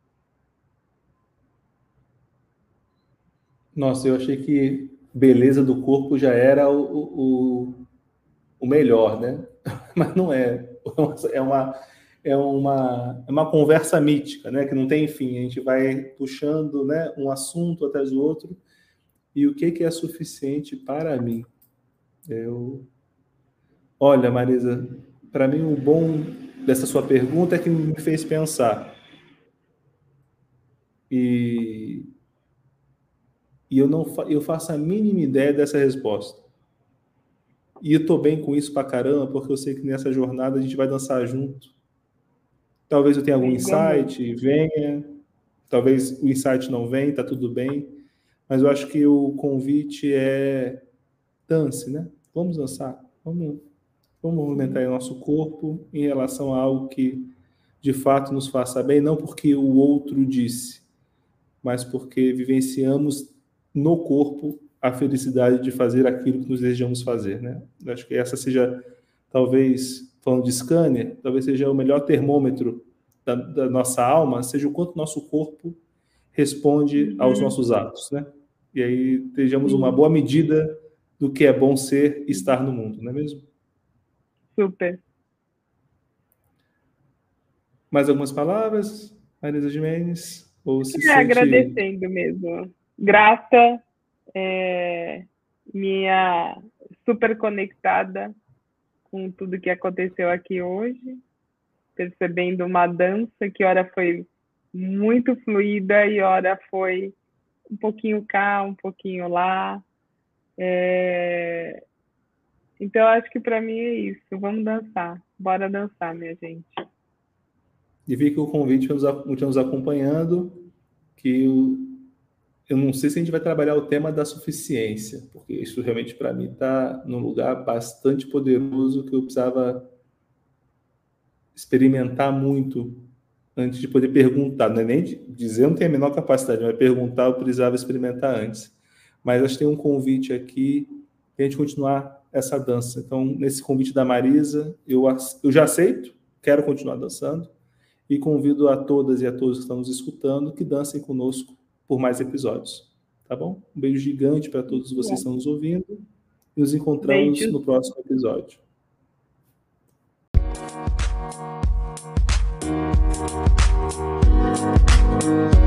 Nossa, eu achei que beleza do corpo já era o, o, o melhor, né? Mas não é. É uma, é, uma, é uma conversa mítica, né? Que não tem fim. A gente vai puxando, né, um assunto atrás do outro. E o que, que é suficiente para mim? Eu... Olha, Marisa, para mim o bom dessa sua pergunta é que me fez pensar. E, e eu não fa... eu faço a mínima ideia dessa resposta. E eu tô bem com isso pra caramba, porque eu sei que nessa jornada a gente vai dançar junto. Talvez eu tenha algum insight, venha. Talvez o insight não venha, tá tudo bem. Mas eu acho que o convite é dance, né? Vamos dançar. Vamos, vamos movimentar o nosso corpo em relação a algo que de fato nos faça bem, não porque o outro disse, mas porque vivenciamos no corpo a felicidade de fazer aquilo que nos desejamos fazer, né? Eu acho que essa seja, talvez, falando de scanner, talvez seja o melhor termômetro da, da nossa alma, seja o quanto nosso corpo responde uhum. aos nossos atos, né? E aí estejamos uma boa medida do que é bom ser e estar no mundo, não é mesmo? Super. Mais algumas palavras, Marisa Gimenez? Ou se é, sente... Agradecendo mesmo. Grata, é, minha super conectada com tudo que aconteceu aqui hoje, percebendo uma dança, que hora foi muito fluida e hora foi um pouquinho cá, um pouquinho lá. É... Então, acho que para mim é isso. Vamos dançar. Bora dançar, minha gente. E fica o convite para nos acompanhando, que eu, eu não sei se a gente vai trabalhar o tema da suficiência, porque isso realmente para mim está num lugar bastante poderoso que eu precisava experimentar muito antes de poder perguntar. Não é nem de dizer, eu não tenho a menor capacidade, mas perguntar eu precisava experimentar antes. Mas acho que tem um convite aqui para a gente continuar essa dança. Então, nesse convite da Marisa, eu, eu já aceito, quero continuar dançando, e convido a todas e a todos que estão nos escutando que dancem conosco por mais episódios. Tá bom? Um beijo gigante para todos vocês que estão nos ouvindo e nos encontramos Beijo. no próximo episódio. Thank you.